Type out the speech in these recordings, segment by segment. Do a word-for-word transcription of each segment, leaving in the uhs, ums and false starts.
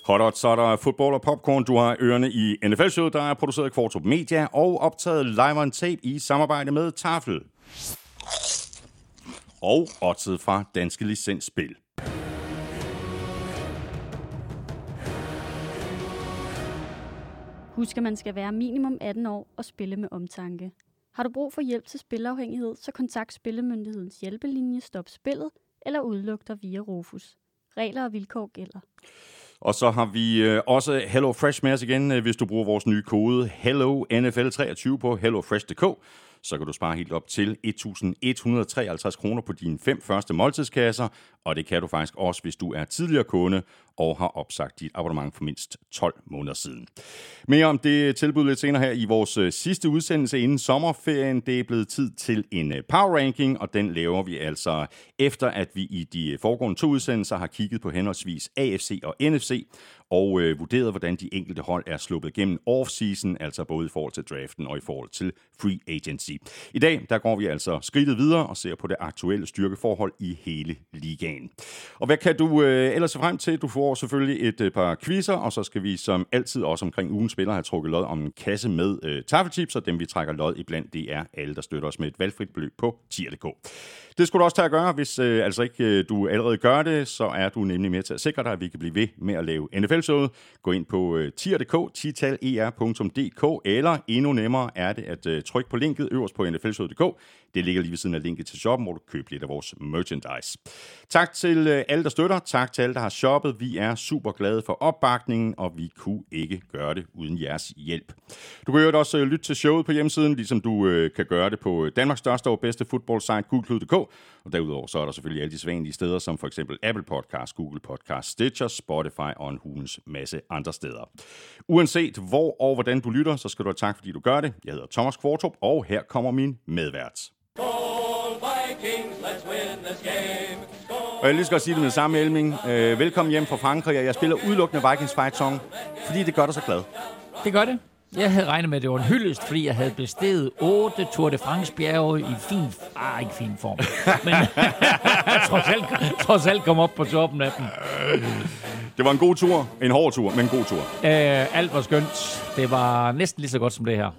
Hot Odds, så er der fodbold og popcorn. Du har ørerne i N F L-showet, der er produceret af Kvartrup Media og optaget live on tape i samarbejde med Tafel. Og oddset fra Danske Licensspil. Husk, at man skal være minimum atten år og spille med omtanke. Har du brug for hjælp til spilafhængighed, så kontakt Spillemyndighedens hjælpelinje Stop Spillet eller udluk dig via Rufus. Regler og vilkår gælder. Og så har vi øh, også Hello Fresh med os igen, hvis du bruger vores nye kode Hello N F L treogtyve på hello fresh punktum d k. Så kan du spare helt op til et tusind et hundrede og treoghalvtreds kroner på dine fem første måltidskasser, og det kan du faktisk også, hvis du er tidligere kunde og har opsagt dit abonnement for mindst tolv måneder siden. Mere om det tilbud lidt senere her i vores sidste udsendelse inden sommerferien. Det er blevet tid til en power ranking, og den laver vi altså efter, at vi i de foregående to udsendelser har kigget på henholdsvis A F C og N F C, og øh, vurderet, hvordan de enkelte hold er sluppet gennem off-season, altså både i forhold til draften og i forhold til free agency. I dag, der går vi altså skridtet videre og ser på det aktuelle styrkeforhold i hele ligaen. Og hvad kan du øh, ellers se frem til? Du får selvfølgelig et øh, par quizzer, og så skal vi som altid også omkring ugens spiller have trukket lod om en kasse med øh, taffelchips, og dem vi trækker lod iblandt, det er alle, der støtter os med et valgfrit beløb på tier punktum d k. Det skulle du også tage at gøre, hvis øh, altså ikke øh, du allerede gør det, så er du nemlig med til at sikre dig, at vi kan blive ved med at lave N F L-showet. Gå ind på øh, tier punktum d k, titaler punktum d k, eller endnu nemmere er det at øh, trykke på linket øverst på N F L showet punktum d k. Det ligger lige ved siden af linket til shoppen, hvor du køber lidt af vores merchandise. Tak til øh, alle, der støtter. Tak til alle, der har shoppet. Vi er super glade for opbakningen, og vi kunne ikke gøre det uden jeres hjælp. Du kan jo også øh, lytte til showet på hjemmesiden, ligesom du øh, kan gøre det på Danmarks største og bedste fodboldsite, google punktum d k. Og derudover så er der selvfølgelig alle de sædvanlige steder, som for eksempel Apple Podcast, Google Podcast, Stitcher, Spotify og en hulens masse andre steder. Uanset hvor og hvordan du lytter, så skal du have tak, fordi du gør det. Jeg hedder Thomas Kvartrup, og her kommer min medvært. Og jeg lige skal sige det med samme Elming. Øh, velkommen hjem fra Frankrig, og jeg spiller udelukkende Vikings Fight Song, fordi det gør dig så glad. Det gør det. Jeg havde regnet med, at det var en hyldest, fordi jeg havde besteget otte Tour de France-bjerge i fin, ah, ikke fin form, men trods, alt, trods alt kom op på toppen af dem. Det var en god tur, en hård tur, men en god tur. Øh, alt var skønt. Det var næsten lige så godt som det her.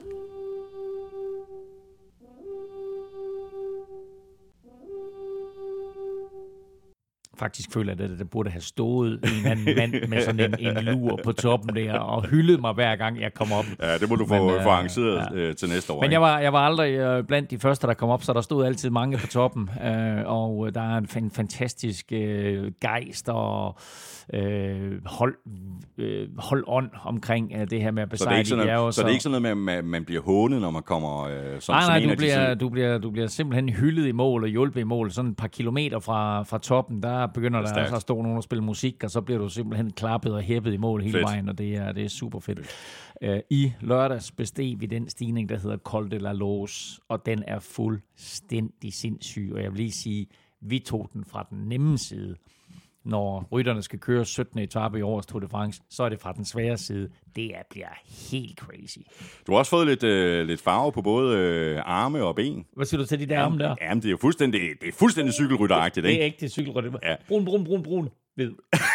Faktisk føler jeg, at det burde have stået en anden mand med sådan en, en lur på toppen der, og hyldet mig hver gang jeg kom op. Ja, det må du få, Men, få arrangeret ja. til næste år. Men jeg var, jeg var aldrig blandt de første, der kom op, så der stod altid mange på toppen, og der er en fantastisk gejst og hold, hold on omkring det her med at besejre de bjerge. Så det er ikke sådan noget med, at man bliver hånet, når man kommer som, nej, som nej, en du af bliver, de du bliver, du bliver simpelthen hyldet i mål og hjulpet i mål. Sådan et par kilometer fra, fra toppen, der begynder der altså at stå nogen og spille musik, og så bliver du simpelthen klappet og hæppet i mål hele fedt. vejen, og det er, det er super fedt. fedt. Uh, I lørdags besteg vi den stigning, der hedder Col de la Loze, og den er fuldstændig sindssyg, og jeg vil lige sige, vi tog den fra den nemme side. Når rytterne skal køre syttende etape i årets Tour de France, så er det fra den svære side. Det er, bliver helt crazy. Du har også fået lidt, øh, lidt farve på både øh, arme og ben. Hvad siger du til de der arme der? Jamen, det er jo fuldstændig, det er fuldstændig cykelrytteragtigt, ikke? Det er ikke det cykelrytter. Ja. Brun, brun, brun, brun. Ved.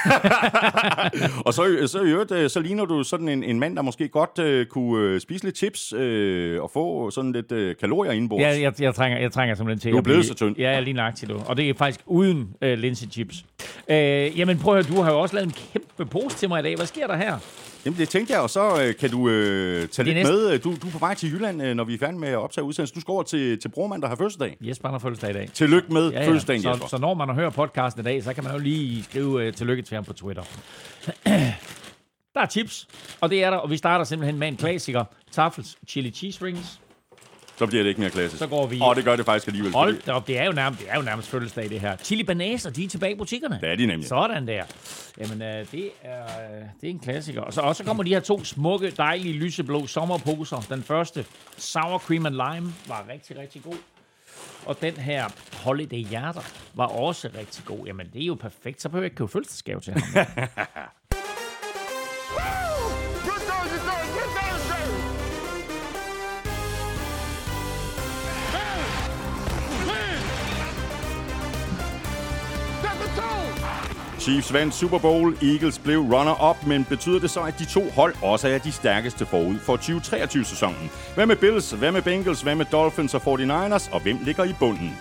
Og så, så, i øvrigt, så ligner du sådan en, en mand, der måske godt øh, kunne spise lidt chips øh, og få sådan lidt øh, kalorier indenbords. Ja, jeg, jeg, trænger, jeg trænger simpelthen til. Du er blevet så tynd. Ja, jeg er lige nøjagtig, du. Og det er faktisk uden øh, linsechips. Øh, jamen prøv at høre, du har jo også lavet en kæmpe pose til mig i dag. Hvad sker der her? Jamen det tænkte jeg, og så øh, kan du øh, tage lidt næste... med. Du, du er på vej til Jylland, øh, når vi er færdige med at optage udsendelsen. Du skal over til, til brormand, der har fødselsdag. Jesper har fødselsdag i dag. Tillykke med ja, ja. fødselsdagen, så, Jesper. Så når man har hørt podcasten i dag, så kan man jo lige skrive øh, tillykke til ham på Twitter. Der er chips, og det er der, og vi starter simpelthen med en klassiker. Tafels chili cheese rings. Så bliver det ikke mere klassisk. Så går vi... Og det gør det faktisk alligevel. Hold da op, det er jo nærmest, det er jo nærmest fødselsdag, det her. Chili banaser, de er tilbage i butikkerne. Det er de nemlig. Sådan der. Jamen, øh, det, er, det er en klassiker. Og så, og så kommer de her to smukke, dejlige, lyseblå sommerposer. Den første, sour cream and lime, var rigtig, rigtig god. Og den her Holiday Hjerter var også rigtig god. Jamen, det er jo perfekt. Så behøver jeg ikke købe fødselsdagsgave til ham. Chiefs vandt Super Bowl, Eagles blev runner-up, men betyder det så, at de to hold også er de stærkeste forud for tyve treogtyve-sæsonen? Hvad med Bills, hvad med Bengals, hvad med Dolphins og forty-niners, og hvem ligger i bunden?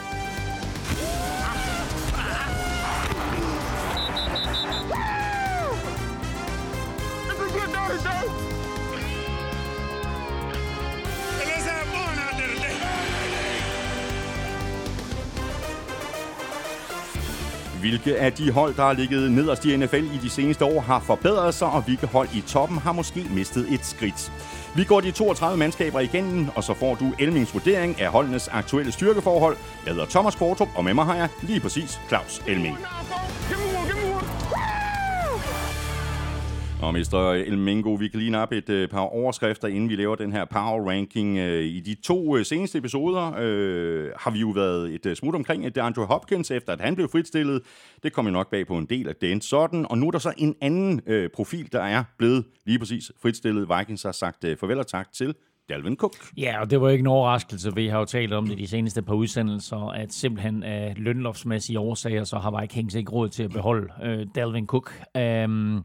Hvilke af de hold, der har ligget nederst i N F L i de seneste år, har forbedret sig, og hvilke hold i toppen har måske mistet et skridt? Vi går de toogtredive mandskaber igennem, og så får du Elmings vurdering af holdenes aktuelle styrkeforhold. Jeg hedder Thomas Kvartrup, og med mig har jeg lige præcis Claus Elming. Og mister Elmingo, vi kan lige nappe et øh, par overskrifter, inden vi laver den her power ranking. Øh, I de to øh, seneste episoder øh, har vi jo været et øh, smut omkring et Andrew Hopkins, efter at han blev fritstillet. Det kom jo nok bag på en del af den sådan. Og nu er der så en anden øh, profil, der er blevet lige præcis fritstillet. Vikings har sagt øh, farvel og tak til Dalvin Cook. Ja, og det var ikke en overraskelse. Vi har jo talt om det de seneste par udsendelser, at simpelthen af lønloftsmæssige årsager, så har Vikings ikke råd til at beholde øh, Dalvin Cook. Um,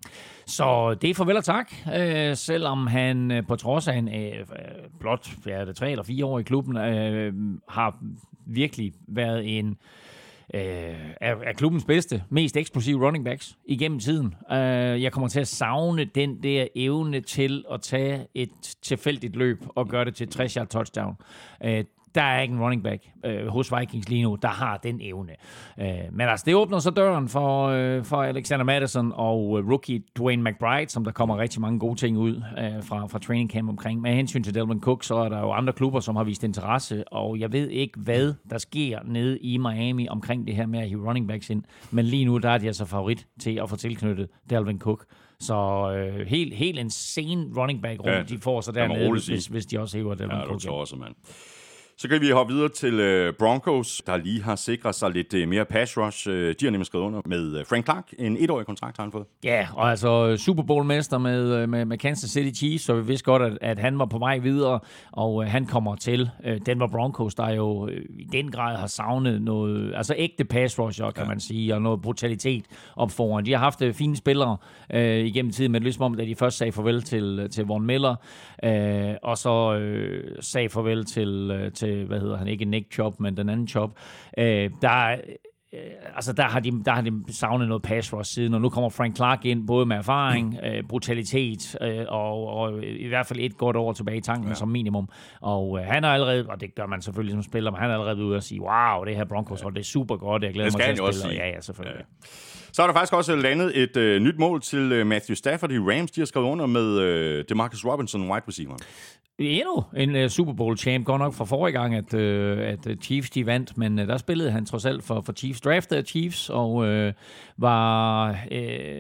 så det er farvel og tak, øh, selvom han øh, på trods af en øh, blot ja, tre eller fire år i klubben, øh, har virkelig været en Øh, er, er klubbens bedste, mest eksplosive running backs igennem tiden. Øh, jeg kommer til at savne den der evne til at tage et tilfældigt løb og gøre det til tres yard touchdown. Øh, der er ikke en running back øh, hos Vikings lige nu, der har den evne. Øh, men altså, det åbner så døren for, øh, for Alexander Mattison og øh, rookie Dwayne McBride, som der kommer rigtig mange gode ting ud øh, fra, fra training camp omkring. Med hensyn til Dalvin Cook, så er der jo andre klubber, som har vist interesse, og jeg ved ikke, hvad der sker nede i Miami omkring det her med at hive running backs ind. Men lige nu, der er de altså favorit til at få tilknyttet Dalvin Cook. Så øh, helt, helt insane running back rum, ja, de får så dernede, hvis, hvis de også hiver Dalvin ja, Cook. Ja, det også, mand. Så kan vi hoppe videre til øh, Broncos, der lige har sikret sig lidt øh, mere pass rush. Øh, de har nemlig skrevet under med øh, Frank Clark. En etårig kontrakt har han fået. Ja, og altså Super Bowl-mester med, med, med Kansas City Chiefs, så vi vidste godt, at, at han var på vej videre, og øh, han kommer til øh, Denver Broncos, der jo øh, i den grad har savnet noget, altså ægte pass rusher, kan ja. man sige, og noget brutalitet op foran. De har haft øh, fine spillere øh, igennem tiden, men ligesom om, da de først sagde farvel til, til Von Miller, øh, og så øh, sagde farvel til, øh, til hvad hedder han, ikke Nick Chubb, men den anden Chubb, øh, der øh, altså der har, de, der har de savnet noget pass rush siden, og nu kommer Frank Clark ind, både med erfaring, øh, brutalitet, øh, og, og i hvert fald et godt år tilbage i tanken ja. som minimum, og øh, han er allerede, og det gør man selvfølgelig som spiller, men han er allerede ude at sige, wow, det her Broncos, og det er super godt, jeg glæder mig til at spille, ja, ja, selvfølgelig. Ja. Så er der faktisk også landet et øh, nyt mål til øh, Matthew Stafford i Rams. De har skrevet under med øh, DeMarcus Robinson, wide receiver. Endnu en uh, Super Bowl champ, godt nok fra forrige gang, at, uh, at Chiefs de vandt, men uh, der spillede han trods alt for, for Chiefs, draftede af Chiefs, og uh, var uh,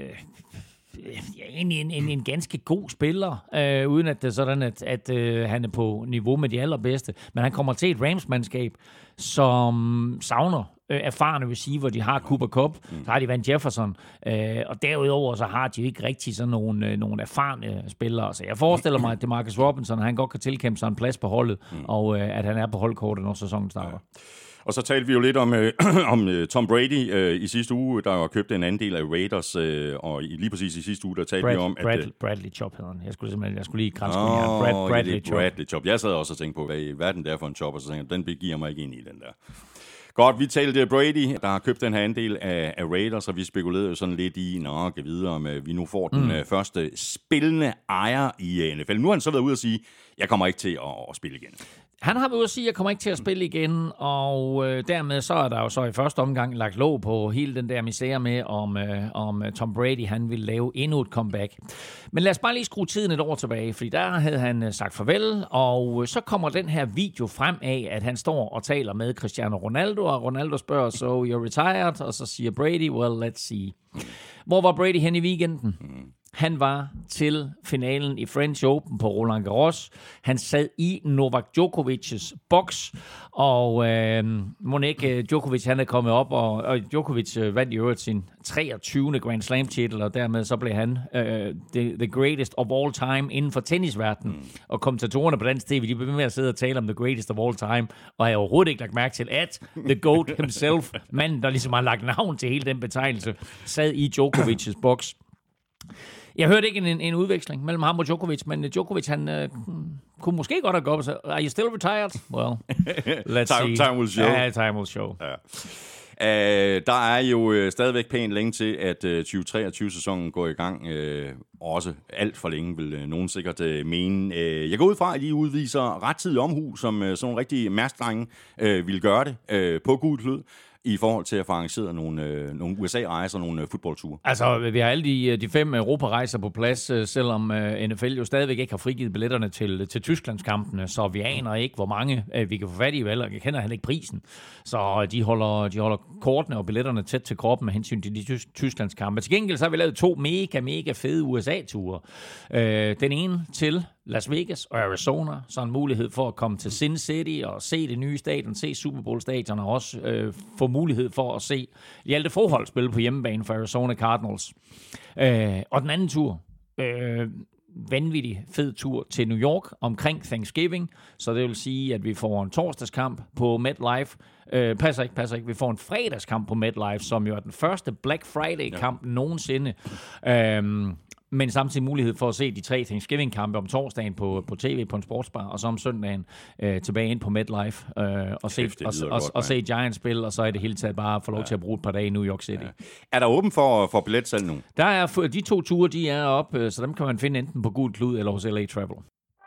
ja, egentlig en, en, en ganske god spiller, uh, uden at det er sådan, at, at uh, han er på niveau med de allerbedste, men han kommer til et Rams-mandskab, som savner erfarne receiver. De har Cooper Kupp, mm. så har de Van Jefferson, øh, og derudover så har de jo ikke rigtig sådan nogle, øh, nogle erfarne spillere. Så jeg forestiller mig, at DeMarcus Robinson, han godt kan tilkæmpe sig en plads på holdet, mm. og øh, at han er på holdkortet, når sæsonen starter. Ja. Og så talte vi jo lidt om, øh, om øh, Tom Brady øh, i sidste uge, der var købt en anden del af Raiders, øh, og lige præcis i sidste uge, der talte Brad, vi om, at... Brad, Bradley Chop hedder han. Jeg skulle simpelthen, jeg skulle lige grænskonere. Oh, Brad, Bradley Chop. Bradley Chop. Jeg sad også og tænkte på, hvad i verden det er for en chop, og så tænkte jeg, den begiver mig ikke ind i den der. Godt, vi talte Brady, der har købt den her andel af, af Raiders, og vi spekulerede jo sådan lidt i, nå, kan videre, om vi nu får den mm. første spillende ejer i N F L. Nu har han så været ude at sige, jeg kommer ikke til at, at spille igen. Han har været ude at sige, at jeg kommer ikke til at spille igen, og øh, dermed så er der jo så i første omgang lagt låg på hele den der misære med, om, øh, om Tom Brady han ville lave endnu et comeback. Men lad os bare lige skrue tiden et år tilbage, fordi der havde han sagt farvel, og så kommer den her video frem af, at han står og taler med Cristiano Ronaldo, og Ronaldo spørger, so you're retired, og så siger Brady, well, let's see. Hvor var Brady hen i weekenden? Han var til finalen i French Open på Roland Garros. Han sad i Novak Djokovic's boks, og øh, Monique Djokovic, han er kommet op, og, og Djokovic øh, vandt i øvrigt sin treogtyvende Grand Slam-titel, og dermed så blev han øh, the, the greatest of all time inden for tennisverdenen. Mm. Og kommentatorerne på dansk T V, de blev med at sidde og tale om the greatest of all time, og jeg har overhovedet ikke lagt mærke til, at the GOAT himself, manden, der ligesom har lagt navn til hele den betegnelse, sad i Djokovic's boks. Jeg hørte ikke en, en udveksling mellem ham og Djokovic, men Djokovic, han øh, kunne måske godt have gået og sagt, are you still retired? Well, let's time, see. Time will show. Ja, time will show. Ja. Uh, der er jo uh, stadigvæk pænt længe til, at uh, tyve treogtyve-sæsonen går i gang. Uh, også alt for længe, vil uh, nogen sikkert uh, mene. Uh, jeg går ud fra, at I udviser rettidig omhu, som uh, sådan nogle rigtige mærskdrenge uh, ville gøre det uh, på Gul Klud, i forhold til at få arrangeret nogle, øh, nogle U S A-rejser, nogle øh, fodboldture? Altså, vi har alle de, de fem Europa-rejser på plads, øh, selvom øh, N F L jo stadigvæk ikke har frigivet billetterne til, til Tysklandskampene, så vi aner ikke, hvor mange øh, vi kan få fat i, vel, og jeg kender heller ikke prisen. Så de holder, de holder kortene og billetterne tæt til kroppen med hensyn til de tys- Tysklandskampe. Til gengæld så har vi lavet to mega, mega fede U S A-ture. Øh, den ene til Las Vegas og Arizona, så en mulighed for at komme til Sin City og se det nye stadion, se Super Bowl-stadion og også øh, få mulighed for at se Hjalte Forhold spille på hjemmebane for Arizona Cardinals. Øh, og den anden tur, øh, vanvittig fed tur til New York omkring Thanksgiving, så det vil sige, at vi får en torsdagskamp på MetLife. Øh, passer ikke, passer ikke. Vi får en fredagskamp på MetLife, som jo er den første Black Friday-kamp ja. nogensinde. Øh, men samtidig mulighed for at se de tre Thanksgiving-kampe om torsdagen på, på tv på en sportsbar, og så om søndagen øh, tilbage ind på MetLife øh, og, se, Kæft, og, og, og, og se Giants spille, og så er det hele taget bare at få lov ja. til at bruge et par dage i New York City. Ja. Er der åben for, for billetsalg nu? Der er, de to ture, de er op, så dem kan man finde enten på Gul Klud eller hos L A Travel.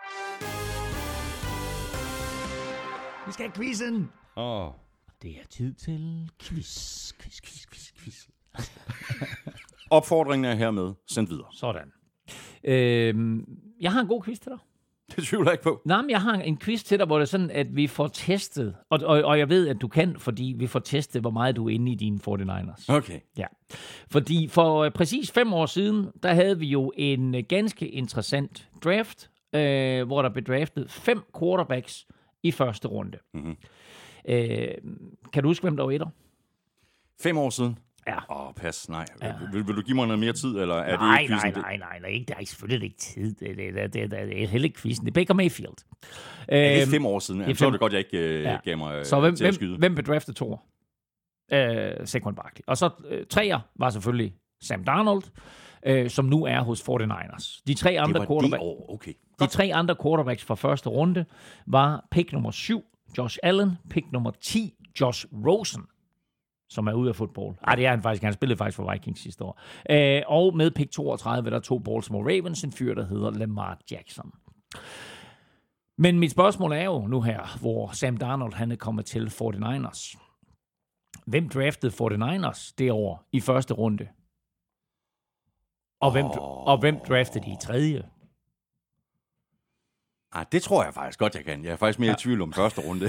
Vi skal have quizzen! Åh. Oh. Det er tid til quiz, quiz, quiz, quiz, quiz. Opfordringen er hermed sendt videre. Sådan. Øhm, jeg har en god quiz til dig. Det tvivler jeg ikke på. Nej, men jeg har en quiz til dig, hvor det er sådan, at vi får testet, og, og, og jeg ved, at du kan, fordi vi får testet, hvor meget du er inde i dine forty-niners. Okay. Ja. Fordi for øh, præcis fem år siden, der havde vi jo en øh, ganske interessant draft, øh, hvor der blev draftet fem quarterbacks i første runde. Mm-hmm. Øh, kan du huske, hvem der var etter? Fem år siden? Ja. Åh, oh, pas, nej. Ja. Vil, vil du give mig noget mere tid, eller er nej, det ikke quizzen? Nej, nej, nej, nej, der er selvfølgelig ikke tid. Det, det, det, det, det er heller ikke quizzen. Det er Baker Mayfield. Ja, det er fem år siden. Jamen, så er det godt, jeg ikke uh, ja. gav mig uh, så hvem, til at skyde. Hvem blev draftet toer? Uh, Saquon Barkley. Og så uh, treer var selvfølgelig Sam Darnold, uh, som nu er hos forty-niners. De tre andre, quarterback, okay. de tre andre quarterbacks fra første runde var pick nummer syv, Josh Allen, pick nummer ti, Josh Rosen, som er ude af fodbold. Ej, det er han faktisk. Han spillede faktisk for Vikings sidste år. Øh, og med pick toogtredive, der tog Baltimore Ravens en fyr, der hedder Lamar Jackson. Men mit spørgsmål er jo nu her, hvor Sam Darnold han er kommet til forty-niners. Hvem draftede forty-niners det år i første runde? Og hvem, oh. og hvem draftede de i tredje? Ah, det tror jeg faktisk godt, jeg kan. Jeg er faktisk mere ja. i tvivl om første runde.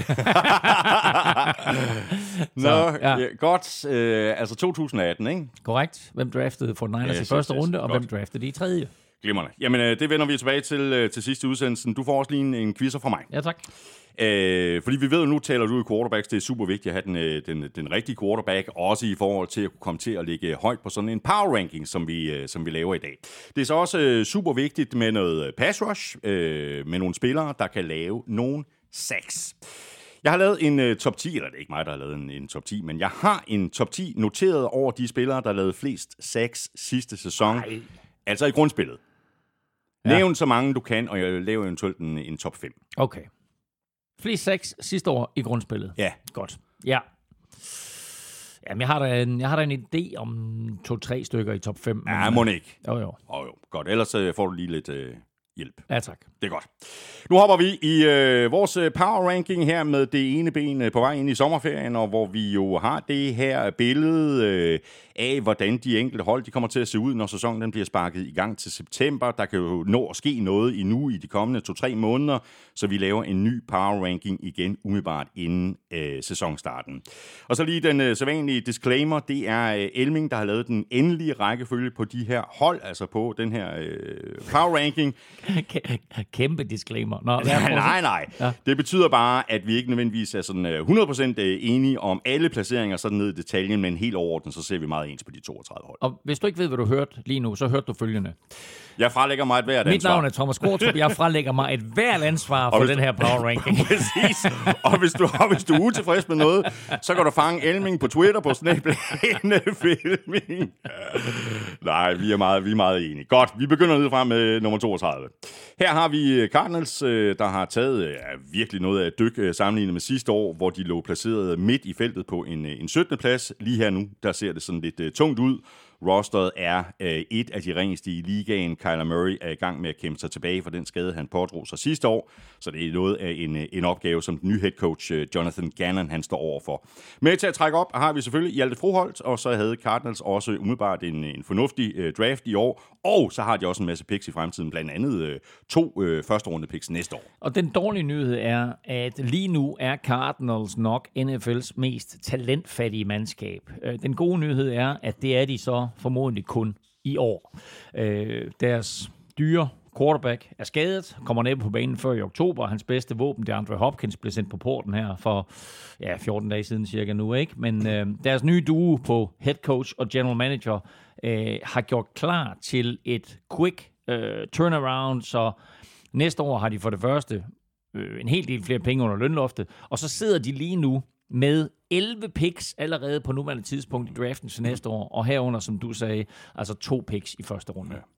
Nå, så, ja. Ja, godt. Øh, altså to tusind atten, ikke? Korrekt. Hvem draftede forty-niners ja, i første yes, runde, yes, og godt. Hvem draftede de i tredje? Glimrende. Jamen, det vender vi tilbage til, til sidste udsendelsen. Du får også lige en, en quizzer fra mig. Ja, tak. Øh, fordi vi ved jo, nu taler du i quarterbacks. Det er super vigtigt at have den, den, den rigtige quarterback, også i forhold til at kunne komme til at ligge højt på sådan en power ranking, som vi, som vi laver i dag. Det er så også super vigtigt med noget pass rush, øh, med nogle spillere, der kan lave nogle sacks. Jeg har lavet en uh, top ti, eller det er ikke mig, der har lavet en, en top ti, men jeg har en top ti noteret over de spillere, der lavede flest sacks sidste sæson. Ej. Altså i grundspillet. Ja. Nævn så mange du kan, og jeg laver eventuelt en, en top fem. Okay. Flest sacks sidste år i grundspillet. Ja. Godt. Ja. Jamen, jeg har da en, jeg har da en idé om to-tre stykker i top fem. Ja, må ikke. Jo, jo. Oh, jo. Godt, ellers uh, får du lige lidt uh, hjælp. Ja, tak. Det er godt. Nu hopper vi i øh, vores power ranking her med det ene ben på vej ind i sommerferien, og hvor vi jo har det her billede øh, af, hvordan de enkelte hold de kommer til at se ud, når sæsonen den bliver sparket i gang til september. Der kan jo nå at ske noget endnu i de kommende to-tre måneder, så vi laver en ny power ranking igen umiddelbart inden øh, sæsonstarten. Og så lige den øh, sædvanlige disclaimer, det er øh, Elming, der har lavet den endelige rækkefølge på de her hold, altså på den her øh, power ranking. Kæmpe disclaimer. Nå, nej, nej. Ja. Det betyder bare, at vi ikke nødvendigvis er sådan hundrede procent enige om alle placeringer sådan ned i detaljen, men helt overordnet, så ser vi meget ens på de toogtredive hold. Og hvis du ikke ved, hvad du hørte lige nu, så hørte du følgende. Jeg fralægger mig et hvert ansvar. Mit navn er Thomas Kortrup. Jeg fralægger mig et hvert ansvar for den her power ranking. Præcis. Og hvis, du, og hvis du er utilfreds med noget, så kan du fange Elming på Twitter på snabel-a N F Elming. Nej, vi er meget, vi er meget enige. Godt, vi begynder ned frem med nummer toogtredive. Her har vi Cardinals, der har taget ja, virkelig noget af et dyk sammenlignet med sidste år, hvor de lå placeret midt i feltet på en, en syttende plads. Lige her nu, der ser det sådan lidt uh, tungt ud. Rosteret er øh, et af de ringeste i ligaen. Kyler Murray er i gang med at kæmpe sig tilbage fra den skade, han pådrog sig sidste år. Så det er noget af en, en opgave, som den nye head coach Jonathan Gannon han står overfor. Med til at trække op har vi selvfølgelig Hjalte Froholt, og så havde Cardinals også umiddelbart en, en fornuftig øh, draft i år. Og så har de også en masse picks i fremtiden, blandt andet øh, to øh, første runde picks næste år. Og den dårlige nyhed er, at lige nu er Cardinals nok N F L's mest talentfattige mandskab. Den gode nyhed er, at det er de så formodentlig kun i år. Øh, deres dyre quarterback er skadet, kommer næppe på banen før i oktober. Hans bedste våben, DeAndre Hopkins, blev sendt på porten her for ja, fjorten dage siden cirka nu, ikke? Men øh, deres nye duo på head coach og general manager øh, har gjort klar til et quick øh, turnaround, så næste år har de for det første øh, en hel del flere penge under lønloftet, og så sidder de lige nu med elleve picks allerede på nuværende tidspunkt i draften til næste år, og herunder, som du sagde, altså to picks i første runde. Ja.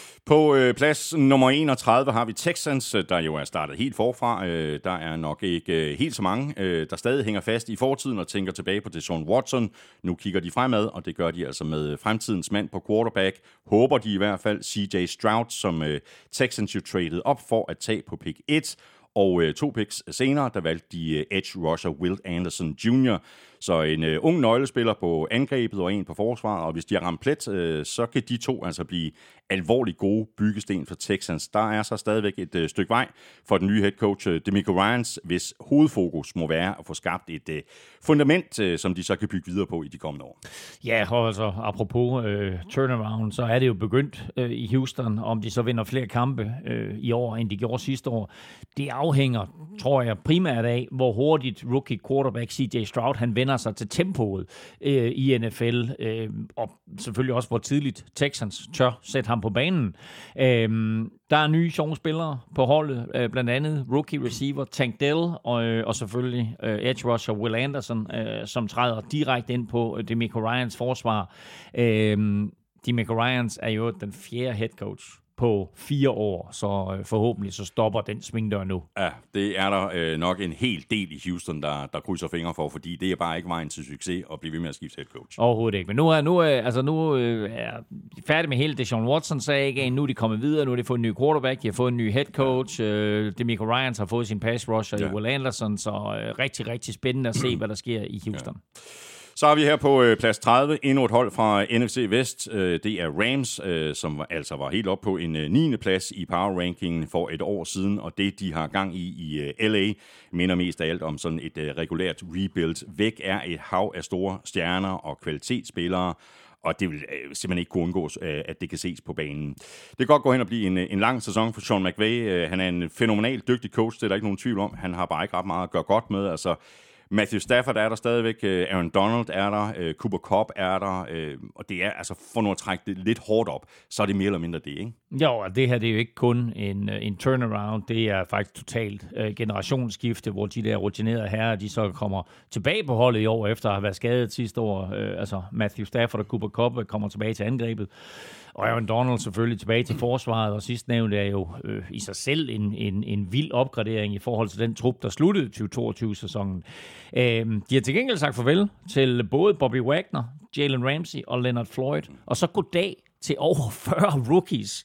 På øh, plads nummer enogtredive har vi Texans, der jo er startet helt forfra. Øh, der er nok ikke øh, helt så mange, øh, der stadig hænger fast i fortiden og tænker tilbage på Deshaun Watson. Nu kigger de fremad, og det gør de altså med fremtidens mand på quarterback. Håber de i hvert fald C J Stroud, som øh, Texans jo traded op for at tage på pick et. Og øh, to picks senere, der valgte de øh, edge rusher Will Anderson junior Så en øh, ung nøglespiller på angrebet og en på forsvaret, og hvis de har ramt plet, øh, så kan de to altså blive alvorligt gode byggesten for Texans. Der er så stadigvæk et øh, stykke vej for den nye head coach øh, DeMeco Ryans, hvis hovedfokus må være at få skabt et øh, fundament, øh, som de så kan bygge videre på i de kommende år. Ja, og altså apropos øh, turnaround, så er det jo begyndt øh, i Houston, om de så vinder flere kampe øh, i år, end de gjorde sidste år. Det afhænger, tror jeg, primært af, hvor hurtigt rookie quarterback C J Stroud han vender sig til tempoet øh, i N F L, øh, og selvfølgelig også, hvor tidligt Texans tør sætte ham på banen. Øh, der er nye sjove spillere på holdet, øh, blandt andet rookie receiver Tank Dell, og, øh, og selvfølgelig øh, edge rusher Will Anderson, øh, som træder direkte ind på DeMeco Ryans forsvar. Øh, DeMeco Ryans er jo den fjerde head coach på fire år, så øh, forhåbentlig så stopper den svingdør nu. Ja, det er der øh, nok en hel del i Houston, der, der krydser fingre for, fordi det er bare ikke vejen til succes at blive ved med at skifte head coach. Overhovedet ikke, men nu er, nu, øh, altså nu øh, er de færdige med hele Deshaun Watson sag, nu er de kommet videre, nu har de fået en ny quarterback, de har fået en ny head coach, øh, DeMeco Ryans har fået sin pass rusher ja. i Will Anderson, så øh, rigtig, rigtig spændende at se, hvad der sker i Houston. Ja. Så har vi her på øh, plads tredive endnu et hold fra N F C Vest. Øh, det er Rams, øh, som altså var helt op på en øh, niende plads i power rankingen for et år siden. Og det, de har gang i i øh, L A, minder mest af alt om sådan et øh, regulært rebuild. Væk er et hav af store stjerner og kvalitetsspillere. Og det vil øh, simpelthen ikke kunne undgås, øh, at det kan ses på banen. Det kan godt gå hen og blive en, en lang sæson for Sean McVay. Øh, han er en fænomenalt dygtig coach, det er der ikke nogen tvivl om. Han har bare ikke ret meget at gøre godt med. Altså, Matthew Stafford er der stadigvæk, Aaron Donald er der, Cooper Kupp er der, og det er altså for nu at trække det lidt hårdt op, så er det mere eller mindre det, ikke? Jo, og det her det er jo ikke kun en, en turnaround, det er faktisk totalt uh, generationsskifte, hvor de der rutinerede herrer, de så kommer tilbage på holdet i år, efter at have været skadet sidste år. Uh, altså Matthew Stafford og Cooper Kupp kommer tilbage til angrebet. Og Aaron Donald selvfølgelig tilbage til forsvaret, og sidstnævnte er jo øh, i sig selv en, en, en vild opgradering i forhold til den trup, der sluttede tyve toogtyve-sæsonen. Øh, de har til gengæld sagt farvel til både Bobby Wagner, Jalen Ramsey og Leonard Floyd, og så goddag til over fyrre rookies.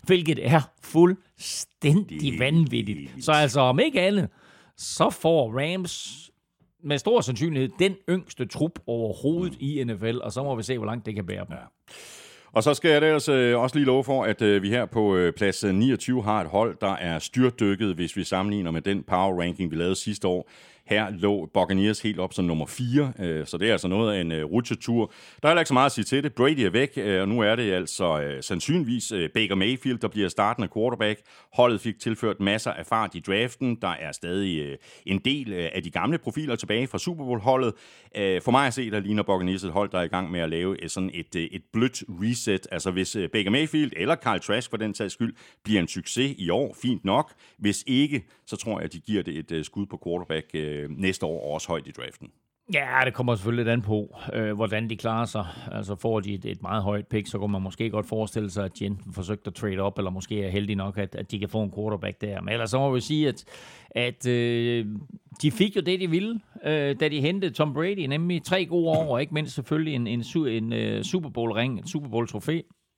hvilket er fuldstændig vanvittigt. Så altså om ikke andet, så får Rams med stor sandsynlighed den yngste trup overhovedet mm. i N F L, og så må vi se, hvor langt det kan bære dem. Ja. Og så skal jeg ellers øh, også lige love for, at øh, vi her på øh, plads niogtyve har et hold, der er styrtdykket, hvis vi sammenligner med den power ranking, vi lavede sidste år. Her lå Buccaneers helt op som nummer fire, øh, så det er altså noget af en øh, rutsjetur. Der er heller ikke så meget at sige til det. Brady er væk, øh, og nu er det altså øh, sandsynligvis øh, Baker Mayfield, der bliver startende quarterback. Holdet fik tilført masser af fart i draften. Der er stadig øh, en del øh, af de gamle profiler tilbage fra Super Bowl-holdet. Øh, for mig at se, der ligner Buccaneers et hold, der er i gang med at lave øh, sådan et, øh, et blødt reset. Altså hvis øh, Baker Mayfield eller Kyle Trask for den sags skyld bliver en succes i år, fint nok. Hvis ikke, så tror jeg, at de giver det et øh, skud på quarterback øh, næste år også højt i draften. Ja, det kommer selvfølgelig lidt an på, øh, hvordan de klarer sig. Altså får de et, et meget højt pick, så kunne man måske godt forestille sig, at de enten forsøgte at trade op, eller måske er heldige nok, at, at de kan få en quarterback der. Men ellers så må vi sige, at, at øh, de fik jo det, de ville, øh, da de hentede Tom Brady, nemlig tre gode år, og ikke mindst selvfølgelig en, en, en, en uh, Super Bowl-ring, et Super Bowl-trofæ.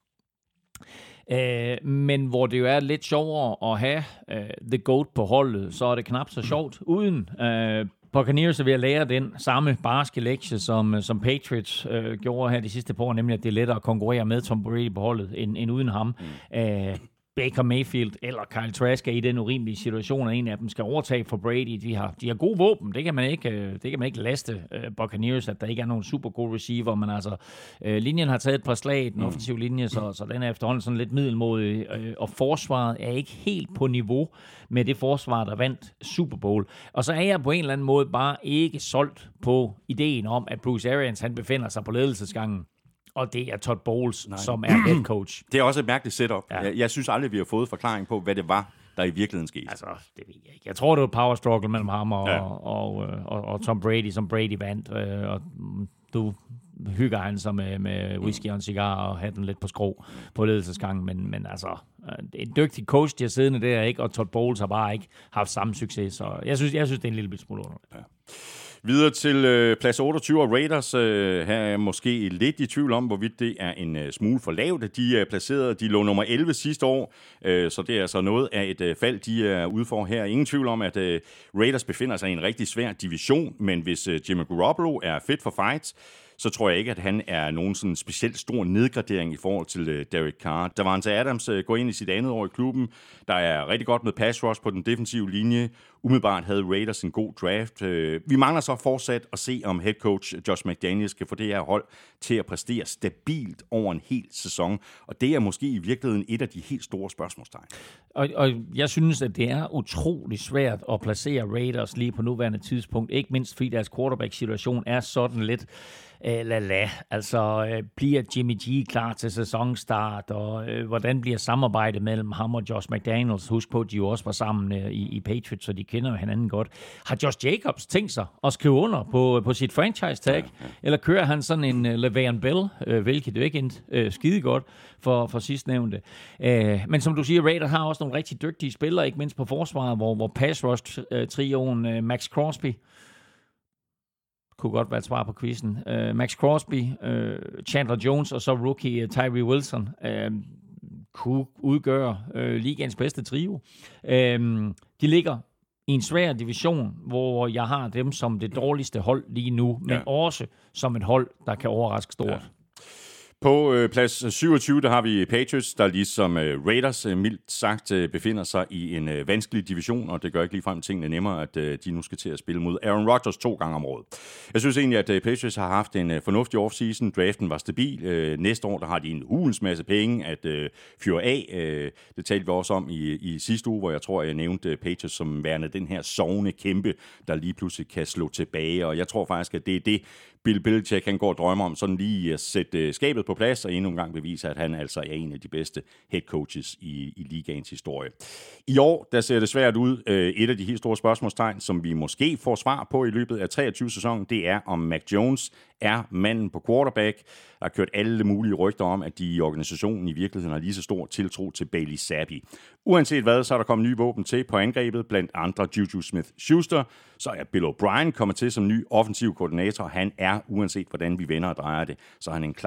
Uh, men hvor det jo er lidt sjovere at have uh, The GOAT på holdet, så er det knap så sjovt uden uh, Buccaneers er ved at lære den samme barske lektie, som, som Patriots øh, gjorde her de sidste par år, nemlig at det er lettere at konkurrere med Tom Brady på holdet, end, end uden ham. Mm. Æh, Baker Mayfield eller Kyle Trask er i den urimelige situation, at en af dem skal overtage for Brady. De har, de har gode våben. Det kan man ikke, det kan man ikke laste uh, Buccaneers, at der ikke er nogen super gode receiver, men altså, uh, linjen har taget et par slag, den offensive linje, så, så den er efterhånden sådan lidt middelmådig, uh, og forsvaret er ikke helt på niveau med det forsvar, der vandt Super Bowl. Og så er jeg på en eller anden måde bare ikke solgt på ideen om, at Bruce Arians, han befinder sig på ledelsesgangen. Og det er Todd Bowles, Nej. som er head coach. Det er også et mærkeligt setup. Ja. Jeg, jeg synes aldrig, vi har fået forklaring på, hvad det var, der i virkeligheden skete. Altså, det ved jeg ikke. Jeg tror, det var et power struggle mellem ham og, ja. og, og, og, og Tom Brady, som Brady vandt. Og du hygger han sig med, med whisky og en cigar og hatten lidt på skrå på ledelsesgangen. Men, men altså, en dygtig coach, de har siddende der, ikke? Og Todd Bowles har bare ikke haft samme succes. Så jeg synes, jeg synes det er en lille smule underligt. Ja. Videre til øh, plads otteogtyve og Raiders. Øh, her er jeg måske lidt i tvivl om, hvorvidt det er en øh, smule for lavt. De er placeret, de lå nummer elleve sidste år, øh, så det er altså noget af et øh, fald, de er ude for her. Ingen tvivl om, at øh, Raiders befinder sig i en rigtig svær division, men hvis øh, Jimmy Garoppolo er fit for fights, så tror jeg ikke, at han er nogen sådan specielt stor nedgradering i forhold til uh, Derek Carr. Davante Adams uh, går ind i sit andet år i klubben. Der er rigtig godt med pass rush på den defensive linje. Umiddelbart havde Raiders en god draft. Uh, vi mangler så fortsat at se, om head coach Josh McDaniels kan få det her hold til at præstere stabilt over en hel sæson. Og det er måske i virkeligheden et af de helt store spørgsmålstegn. Og, og jeg synes, at det er utrolig svært at placere Raiders lige på nuværende tidspunkt. Ikke mindst fordi deres quarterback-situation er sådan lidt Uh, la la. Altså, uh, bliver Jimmy G klar til sæsonstart, og uh, hvordan bliver samarbejdet mellem ham og Josh McDaniels? Husk på, at de jo også var sammen uh, i, i Patriots, så de kender jo hinanden godt. Har Josh Jacobs tænkt sig at skrive under på, på sit franchise-tag? Ja, ja. Eller kører han sådan en uh, Le'Veon Bell, uh, hvilket jo ikke er uh, skide godt for, for sidstnævnte. Uh, men som du siger, Raiders har også nogle rigtig dygtige spillere, ikke mindst på forsvaret, hvor, hvor pass rush-trioen uh, Max Crosby kunne godt være et svar på quizzen. Uh, Max Crosby, uh, Chandler Jones og så rookie uh, Tyree Wilson uh, kunne udgøre uh, ligaens bedste trio. Uh, de ligger i en svær division, hvor jeg har dem som det dårligste hold lige nu, men ja. også som et hold, der kan overraske stort. Ja. På øh, plads syvogtyve, der har vi Patriots, der ligesom øh, Raiders, øh, mildt sagt, øh, befinder sig i en øh, vanskelig division, og det gør ikke ligefrem tingene nemmere, at øh, de nu skal til at spille mod Aaron Rodgers to gange om året. Jeg synes egentlig, at øh, Patriots har haft en øh, fornuftig offseason. Draften var stabil. Øh, næste år, der har de en hulens masse penge at øh, fyre af. Øh, det talte vi også om i, i sidste uge, hvor jeg tror, jeg nævnte øh, Patriots som værende den her sovende kæmpe, der lige pludselig kan slå tilbage, og jeg tror faktisk, at det er det, Bill Belichick, han går og drømmer om, sådan lige at sætte skabet på plads, og endnu en gang bevise, at han altså er en af de bedste head coaches i, i ligaens historie. I år, der ser det svært ud. Et af de helt store spørgsmålstegn, som vi måske får svar på i løbet af treogtyve-sæsonen, det er, om Mac Jones er manden på quarterback. Der har kørt alle mulige rygter om, at de i organisationen i virkeligheden har lige så stor tiltro til Bailey Zappi. Uanset hvad, så er der kommet nye våben til på angrebet, blandt andre Juju Smith-Schuster. Så er Bill O'Brien kommet til som ny offensiv koordinator. Han er, uanset hvordan vi vender og drejer det, så er han en klar opgradering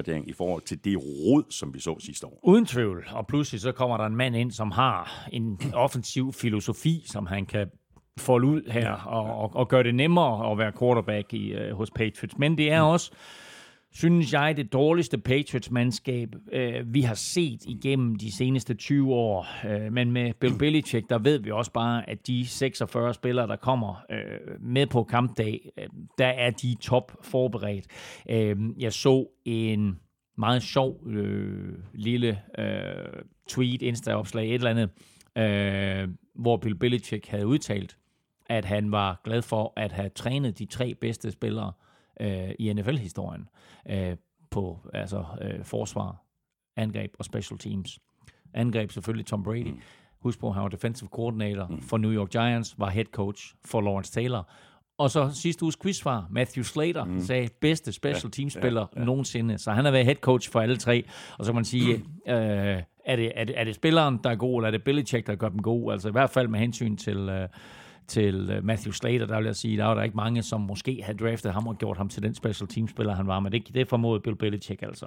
undervurdering i forhold til det rod, som vi så sidste år. Uden tvivl. Og pludselig så kommer der en mand ind, som har en offensiv filosofi, som han kan folde ud her, ja, og, og, og gøre det nemmere at være quarterback i, uh, hos Patriots. Men det er også, synes jeg, det dårligste Patriots-mandskab, uh, vi har set igennem de seneste tyve år. Uh, men med Bill Belichick, der ved vi også bare, at de seksogfyrre spillere, der kommer uh, med på kampdag, uh, der er de top forberedt. Uh, jeg så en meget sjov uh, lille uh, tweet, Insta-opslag, et eller andet, uh, hvor Bill Belichick havde udtalt, at han var glad for at have trænet de tre bedste spillere øh, i N F L-historien øh, på altså øh, forsvar, angreb og special teams. Angreb selvfølgelig Tom Brady. Mm. Husk på, han var defensive coordinator mm. for New York Giants, var head coach for Lawrence Taylor. Og så sidste uges quizsvar, Matthew Slater, mm. sagde bedste special team-spiller ja, ja, ja. nogensinde. Så han har været head coach for alle tre. Og så kan man sige, mm. øh, er, det, er, det, er det spilleren, der er god, eller er det Belichick, der gør dem gode? Altså i hvert fald med hensyn til... Øh, til Matthew Slater, der vil jeg sige, der var der ikke mange, som måske havde draftet ham og gjort ham til den special team-spiller, han var, men det, det formåede Bill Belichick altså.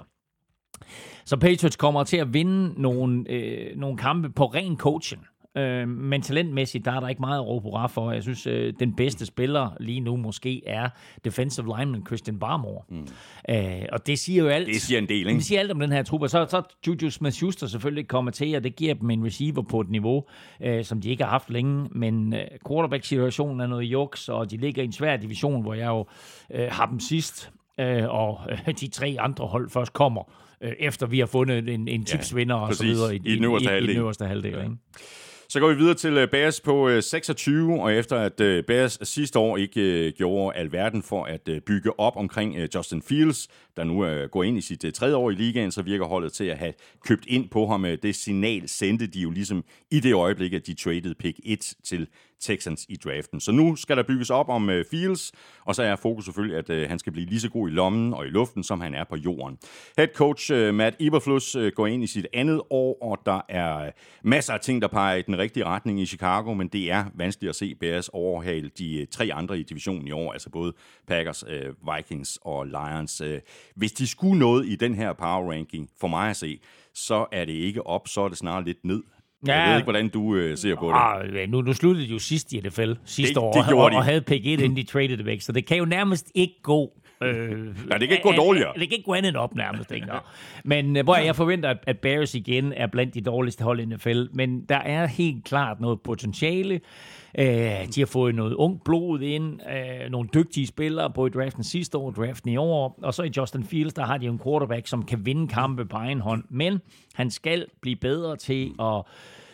Så Patriots kommer til at vinde nogle, øh, nogle kampe på ren coaching. Øh, men talentmæssigt, der er der ikke meget at råbe hurra for. Jeg synes, øh, den bedste spiller lige nu måske er defensive lineman Christian Barmore. Mm. Øh, og det siger jo alt. Det siger en del, ikke? Det siger alt om den her truppe. Så så Juju Smith-Schuster selvfølgelig kommer til, og det giver dem en receiver på et niveau, øh, som de ikke har haft længe. Men øh, quarterback-situationen er noget juks, og de ligger i en svær division, hvor jeg jo øh, har dem sidst. Øh, og øh, de tre andre hold først kommer, øh, efter vi har fundet en, en tipsvinder ja, og så videre i, i, i, den øverste i, halvdel. i den øverste halvdel. Ja. Ikke? Så går vi videre til Bears på seksogtyve, og efter at Bears sidste år ikke gjorde alverden for at bygge op omkring Justin Fields, der nu går ind i sit tredje år i ligaen, så virker holdet til at have købt ind på ham. Det signal sendte de jo ligesom i det øjeblik, at de traded pick et til Texans i draften. Så nu skal der bygges op om Fields, og så er fokus selvfølgelig, at han skal blive lige så god i lommen og i luften, som han er på jorden. Head coach Matt Eberflus går ind i sit andet år, og der er masser af ting, der peger i den rigtige retning i Chicago, men det er vanskeligt at se Bears overhale de tre andre i divisionen i år, altså både Packers, Vikings og Lions. Hvis de skulle noget i den her power ranking, for mig at se, så er det ikke op, så er det snarere lidt ned. Ja. Jeg ved ikke, hvordan du øh, ser på det. Ah, nu, nu sluttede de jo sidst i N F L sidste det, år, det og, de. og havde pick et, inden de traded det væk, så det kan jo nærmest ikke gå... Øh, ja, det kan ikke gå dårligere. Det kan ikke gå andet op nærmest, ikke? Men hvor jeg forventer, at Bears igen er blandt de dårligste hold i N F L, men der er helt klart noget potentiale. Uh, de har fået noget ungt blod ind, uh, nogle dygtige spillere, både i draften sidste år og draften i år, og så i Justin Fields, der har de en quarterback, som kan vinde kampe på egen hånd, men han skal blive bedre til at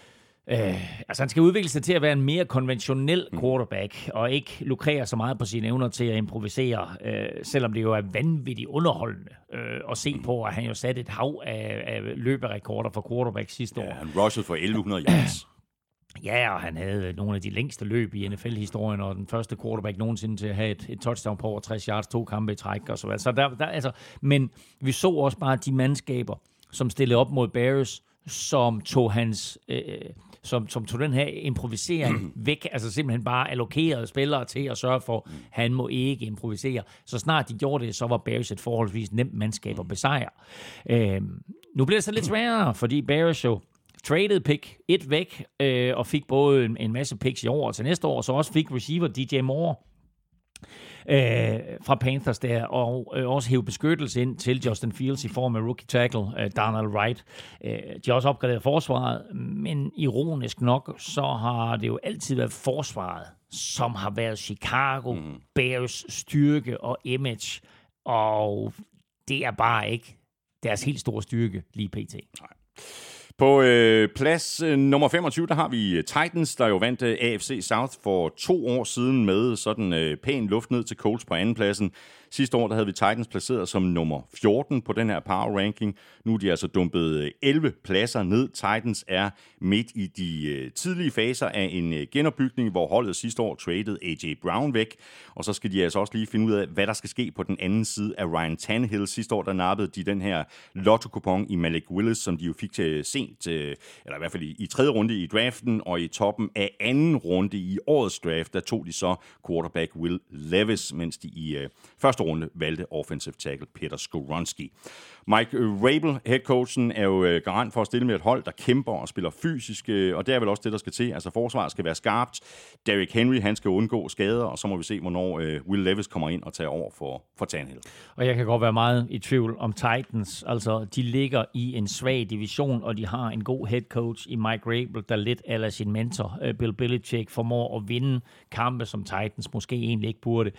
Uh, altså han skal udvikle sig til at være en mere konventionel quarterback, og ikke lukrere så meget på sine evner til at improvisere, uh, selvom det jo er vanvittigt underholdende uh, at se på, at han jo satte et hav af, af løberekorder for quarterback sidste år. Ja, han rushede for elleve hundrede yards. Ja, og han havde nogle af de længste løb i N F L-historien, og den første quarterback nogensinde til at have et, et touchdown på over tres yards, to kampe i træk og så videre. Så der, der, altså, men vi så også bare de mandskaber, som stillede op mod Bears, som tog hans... Øh, Som, som tog den her improvisering væk, altså simpelthen bare allokerede spillere til at sørge for, at han må ikke improvisere. Så snart de gjorde det, så var Bears et forholdsvis nemt mandskab at besejre. Øh, nu bliver det så lidt sværere, fordi Bears jo traded pick et væk, øh, og fik både en, en masse picks i år og til næste år, og så også fik receiver D J Moore Øh, fra Panthers der, og øh, også hæve beskyttelse ind til Justin Fields i form af rookie tackle øh, Darnell Wright. Øh, de har også opgraderet forsvaret, men ironisk nok, så har det jo altid været forsvaret, som har været Chicago mm. Bears styrke og image, og det er bare ikke deres helt store styrke lige pt. Nej. På øh, plads øh, nummer femogtyve, der har vi Titans, der jo vandt øh, A F C South for to år siden med sådan øh, pæn luft ned til Colts på andenpladsen. Sidste år der havde vi Titans placeret som nummer fjorten på den her power ranking. Nu er de altså dumpet elleve pladser ned. Titans er midt i de øh, tidlige faser af en øh, genopbygning, hvor holdet sidste år traded A J Brown væk. Og så skal de altså også lige finde ud af, hvad der skal ske på den anden side af Ryan Tannehill. Sidste år der nappede de den her lotto-kupon i Malik Willis, som de jo fik til sent, øh, eller i hvert fald i, i tredje runde i draften, og i toppen af anden runde i årets draft, der tog de så quarterback Will Levis, mens de i øh, første runde valgte offensive tackle Peter Skoronski. Mike Rabel, headcoachen, er jo garant for at stille med et hold, der kæmper og spiller fysisk, og det er vel også det, der skal til. Altså forsvaret skal være skarpt. Derrick Henry, han skal undgå skader, og så må vi se, hvornår Will Levis kommer ind og tager over for, for Tannehill. Og jeg kan godt være meget i tvivl om Titans. Altså, de ligger i en svag division, og de har en god headcoach i Mike Rabel, der lidt eller sin mentor, Bill Belichick, formår at vinde kampe, som Titans måske egentlig ikke burde.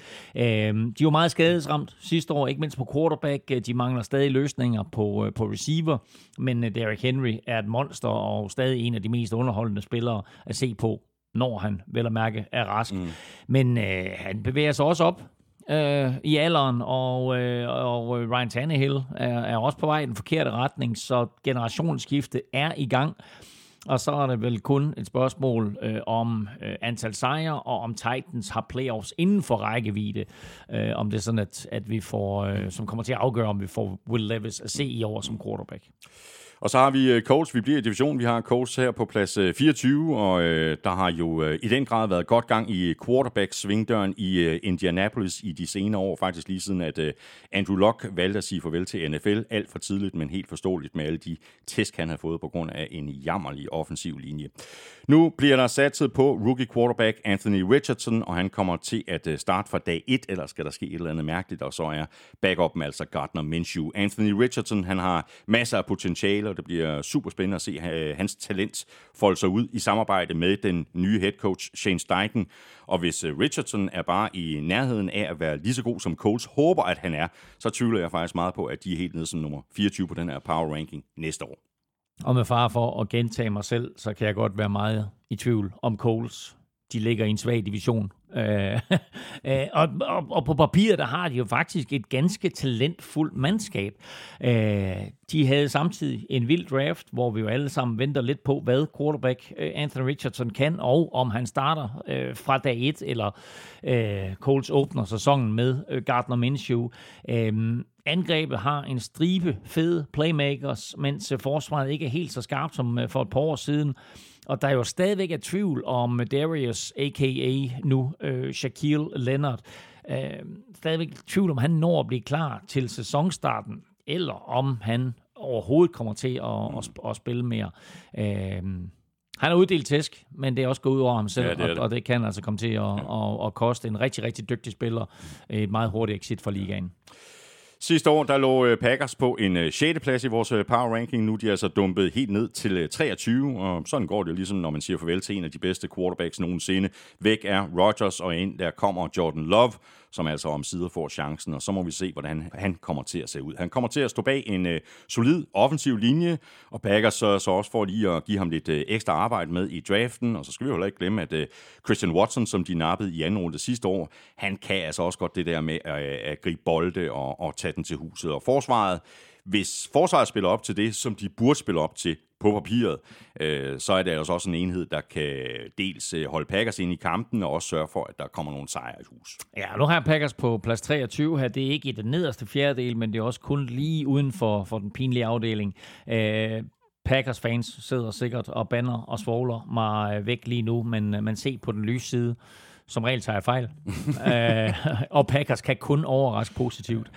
De var meget skadesramt sidste år, ikke mindst på quarterback. De mangler stadig løsninger på, på receiver, men Derrick Henry er et monster og stadig en af de mest underholdende spillere at se på, når han vel at mærke er rask. Mm. Men øh, han bevæger sig også op øh, i alderen, og, øh, og Ryan Tannehill er, er også på vej i den forkerte retning, så generationsskifte er i gang. Og så er det vel kun et spørgsmål øh, om øh, antal sejre, og om Titans har playoffs inden for rækkevidde. Øh, om det er sådan, at, at vi får, øh, som kommer til at afgøre, om vi får Will Levis at se i år som quarterback. Og så har vi Colts, vi bliver i divisionen. Vi har Colts her på plads fireogtyve, og øh, der har jo øh, i den grad været godt gang i quarterback-svingdøren i øh, Indianapolis i de senere år. Faktisk lige siden, at øh, Andrew Luck valgte at sige farvel til N F L. Alt for tidligt, men helt forståeligt med alle de tæsk, han har fået på grund af en jammerlig offensiv linje. Nu bliver der satset på rookie quarterback Anthony Richardson, og han kommer til at starte fra dag et, eller skal der ske et eller andet mærkeligt, og så er backupen altså Gardner Minshew. Anthony Richardson, han har masser af potentiale, og det bliver super spændende at se hans talent folde sig ud i samarbejde med den nye head coach Shane Steichen. Og hvis Richardson er bare i nærheden af at være lige så god som Colts håber, at han er, så tvivler jeg faktisk meget på, at de er helt nede som nummer fireogtyve på den her power ranking næste år. Og med fare for at gentage mig selv, så kan jeg godt være meget i tvivl om Colts. De ligger i en svag division. Øh, øh, og, og, og på papir, der har de jo faktisk et ganske talentfuldt mandskab. Øh, de havde samtidig en vild draft, hvor vi jo alle sammen venter lidt på, hvad quarterback øh, Anthony Richardson kan, og om han starter øh, fra dag et, eller øh, Colts åbner sæsonen med øh, Gardner Minshew. Øh, Angrebet har en stribe fede playmakers, mens forsvaret ikke er helt så skarpt som øh, for et par år siden. Og der er jo stadigvæk et tvivl om Darius, a k a nu øh, Shaquille Leonard. Øh, stadigvæk et tvivl om, han når at blive klar til sæsonstarten, eller om han overhovedet kommer til at, at, at spille mere. Øh, han har uddelt tæsk, men det er også gået ud over ham selv, ja, det og, det. og det kan altså komme til at, ja. at, at koste en rigtig, rigtig dygtig spiller et meget hurtigt exit fra ligaen. Sidste år, der lå Packers på en sjette plads i vores power ranking. Nu er de altså dumpet helt ned til treogtyve, og sådan går det ligesom, når man siger farvel til en af de bedste quarterbacks nogensinde. Væk er Rodgers, og ind der kommer Jordan Love, som altså omsider får chancen, og så må vi se, hvordan han kommer til at se ud. Han kommer til at stå bag en uh, solid offensiv linje, og Packers så, så også får lige at give ham lidt uh, ekstra arbejde med i draften, og så skal vi jo heller ikke glemme, at uh, Christian Watson, som de nappede i anden runde sidste år, han kan altså også godt det der med at, at gribe bolde og, og tage den til huset. Og forsvaret, hvis forsvaret spiller op til det, som de burde spille op til på papiret, øh, så er det altså også en enhed, der kan dels holde Packers ind i kampen, og også sørge for, at der kommer nogle sejre i hus. Ja, nu har jeg Packers på plads treogtyve her. Det er ikke i den nederste fjerdedel, men det er også kun lige uden for, for den pinlige afdeling. Øh, Packers fans sidder sikkert og bander og svogler mig væk lige nu, men man ser på den lyse side. Som regel tager jeg fejl. øh, og Packers kan kun overraske positivt.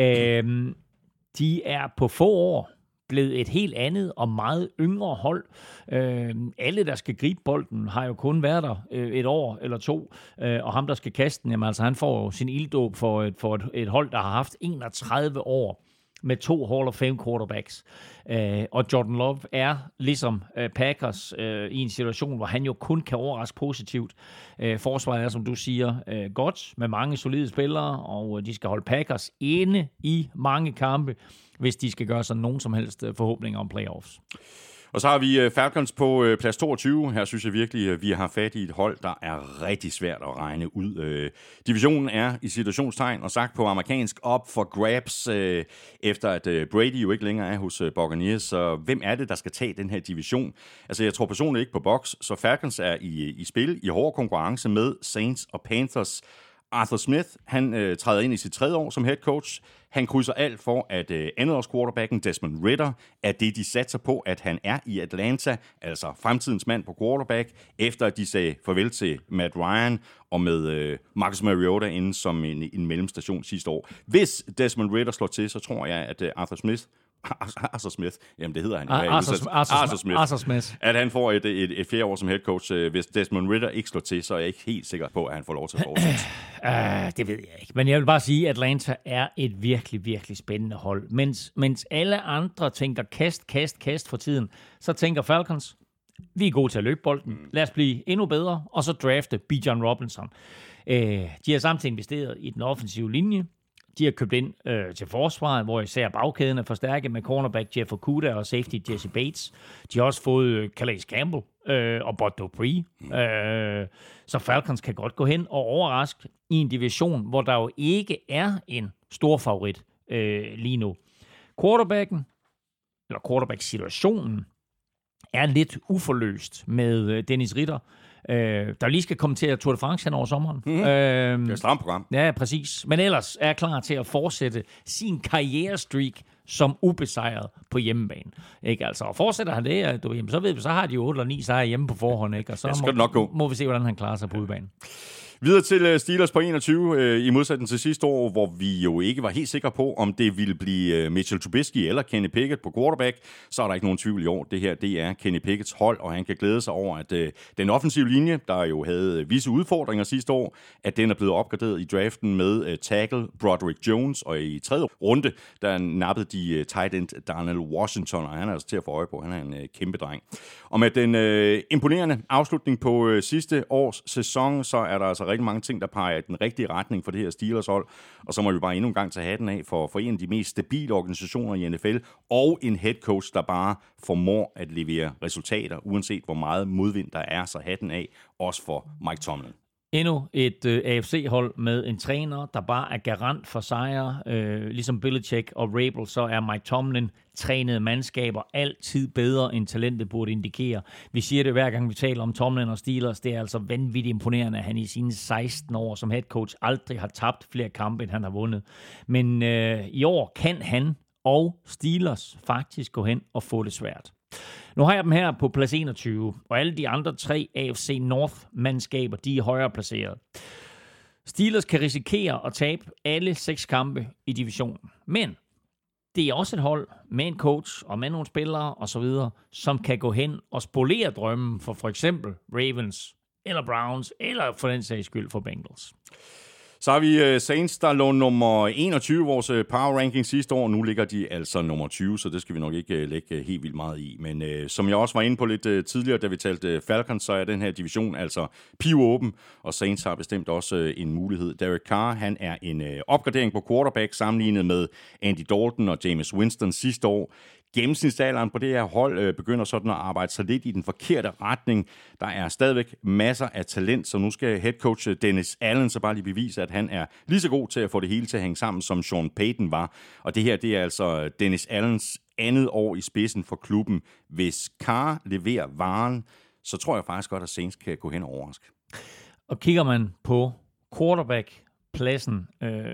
Øh, de er på få år blevet et helt andet og meget yngre hold. Øh, alle, der skal gribe bolden, har jo kun været der øh, et år eller to, øh, og ham, der skal kaste den, jamen, altså, han får jo sin ilddåb for, et, for et, et hold, der har haft enogtredive år med to Hall of Fame quarterbacks. Øh, og Jordan Love er ligesom øh, Packers øh, i en situation, hvor han jo kun kan overraske positivt. Øh, forsvaret er, som du siger, øh, godt med mange solide spillere, og øh, de skal holde Packers inde i mange kampe, hvis de skal gøre sig nogen som helst forhåbninger om playoffs. Og så har vi Falcons på plads toogtyve. Her synes jeg virkelig, at vi har fat i et hold, der er rigtig svært at regne ud. Divisionen er i situationstegn og sagt på amerikansk op for grabs, efter at Brady jo ikke længere er hos Buccaneers. Så hvem er det, der skal tage den her division? Altså jeg tror personligt ikke på boks, så Falcons er i, i spil i hård konkurrence med Saints og Panthers. Arthur Smith, han øh, træder ind i sit tredje år som head coach. Han krydser alt for, at øh, andetårs quarterbacken Desmond Ridder er det, de satser på, at han er i Atlanta, altså fremtidens mand på quarterback, efter at de sagde farvel til Matt Ryan og med øh, Marcus Mariota inde som en, en mellemstation sidste år. Hvis Desmond Ridder slår til, så tror jeg, at øh, Arthur Smith Arthur Smith, jamen det hedder han. Ar- Arthur, Arthur, Arthur Smith. Arthur Smith. At han får et, et, et fjerde år som head coach. Hvis Desmond Ridder ikke slår til, så er jeg ikke helt sikker på, at han får lov til at fortsætte. Uh, det ved jeg ikke. Men jeg vil bare sige, at Atlanta er et virkelig, virkelig spændende hold. Mens, mens alle andre tænker kast, kast, kast for tiden, så tænker Falcons, vi er gode til at løbe bolden. Lad os blive endnu bedre, og så drafte Bijan Robinson. Uh, de har samtidig investeret i den offensive linje. De har købt ind øh, til forsvaret, hvor især bagkæden er forstærket med cornerback Jeff Okudah og safety Jesse Bates. De har også fået øh, Calais Campbell øh, og Bud Dupree. Mm. Øh, så Falcons kan godt gå hen og overraske i en division, hvor der jo ikke er en stor favorit øh, lige nu. Quarterbacken, eller quarterback-situationen, er lidt uforløst med øh, Dennis Ritter, Øh, der lige skal komme til at Tour de France hen over sommeren. Mm-hmm. Øh, det er et stramt program. Ja, præcis. Men ellers er klar til at fortsætte sin karrierestreak som ubesejret på hjemmebane. Ikke? Altså, og fortsætter han det, du ved, så ved vi, så har de jo otte eller ni sejre hjemme på forhånd, ikke? Og så ja, må, nok gå. må vi se, hvordan han klarer sig på udbanen. Videre til Steelers på enogtyve, øh, i modsætning til sidste år, hvor vi jo ikke var helt sikre på, om det ville blive Mitchell Trubisky eller Kenny Pickett på quarterback, så er der ikke nogen tvivl i år. Det her, det er Kenny Pickett's hold, og han kan glæde sig over, at øh, den offensive linje, der jo havde visse udfordringer sidste år, at den er blevet opgraderet i draften med øh, tackle Broderick Jones, og i tredje runde, der nappede de øh, tight end Darnell Washington, og han er altså til at få øje på. Han er en øh, kæmpe dreng. Og med den øh, imponerende afslutning på øh, sidste års sæson, så er der altså rigtig mange ting, der peger i den rigtige retning for det her Steelers hold. Og så må vi bare endnu en gang tage hatten af for, for en af de mest stabile organisationer i N F L, og en head coach, der bare formår at levere resultater, uanset hvor meget modvind der er, så hatten af, også for Mike Tomlin. Endnu et øh, A F C-hold med en træner, der bare er garant for sejre. Øh, ligesom Belichick og Vrabel, så er Mike Tomlin trænede mandskaber altid bedre, end talentet burde indikere. Vi siger det hver gang, vi taler om Tomlin og Steelers. Det er altså vanvittigt imponerende, at han i sine seksten år som head coach aldrig har tabt flere kampe, end han har vundet. Men øh, i år kan han og Steelers faktisk gå hen og få det svært. Nu har jeg dem her på plads enogtyve, og alle de andre tre A F C North-mandskaber, de er højere placeret. Steelers kan risikere at tabe alle seks kampe i divisionen, men det er også et hold med en coach og med nogle spillere osv., som kan gå hen og spolere drømmen for for eksempel Ravens eller Browns, eller for den sags skyld for Bengals. Så har vi Saints, der lå nummer enogtyve, vores power ranking sidste år. Nu ligger de altså nummer tyve, så det skal vi nok ikke lægge helt vildt meget i. Men øh, som jeg også var inde på lidt øh, tidligere, da vi talte Falcons, så er den her division altså pivåben, og Saints har bestemt også øh, en mulighed. Derek Carr, han er en øh, opgradering på quarterback sammenlignet med Andy Dalton og Jameis Winston sidste år. Gennemsnitsalderen på det her hold øh, begynder sådan at arbejde sig lidt i den forkerte retning. Der er stadigvæk masser af talent, så nu skal headcoach Dennis Allen så bare lige bevise, at han er lige så god til at få det hele til at hænge sammen, som Sean Payton var. Og det her, det er altså Dennis Allens andet år i spidsen for klubben. Hvis Carr leverer varen, så tror jeg faktisk godt, at Saints kan gå hen og overraske. Og kigger man på quarterback-pladsen øh,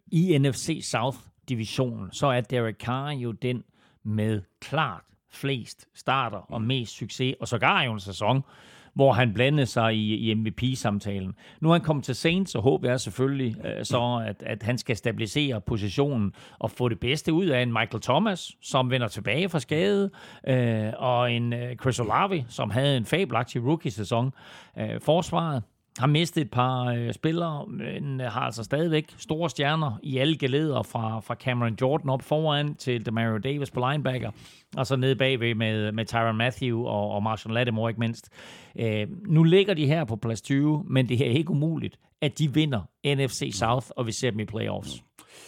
i N F C South-divisionen, så er Derek Carr jo den med klart flest starter og mest succes, og sågar jo en sæson, hvor han blandede sig i, i M V P-samtalen. Nu er han kommet til Saints, og håbet er selvfølgelig øh, så, at, at han skal stabilisere positionen og få det bedste ud af en Michael Thomas, som vender tilbage fra skade, øh, og en øh, Chris Olave, som havde en fabelagtig rookie-sæson. Øh, forsvaret har mistet et par øh, spillere, men har altså stadigvæk store stjerner i alle geleder, fra, fra Cameron Jordan op foran til Demario Davis på linebacker, og så nede bagved med, med Tyrann Mathieu og, og Marshall Lattimore ikke mindst. Øh, nu ligger de her på plads tyve, men det er ikke umuligt, at de vinder N F C South, og vi ser dem i playoffs.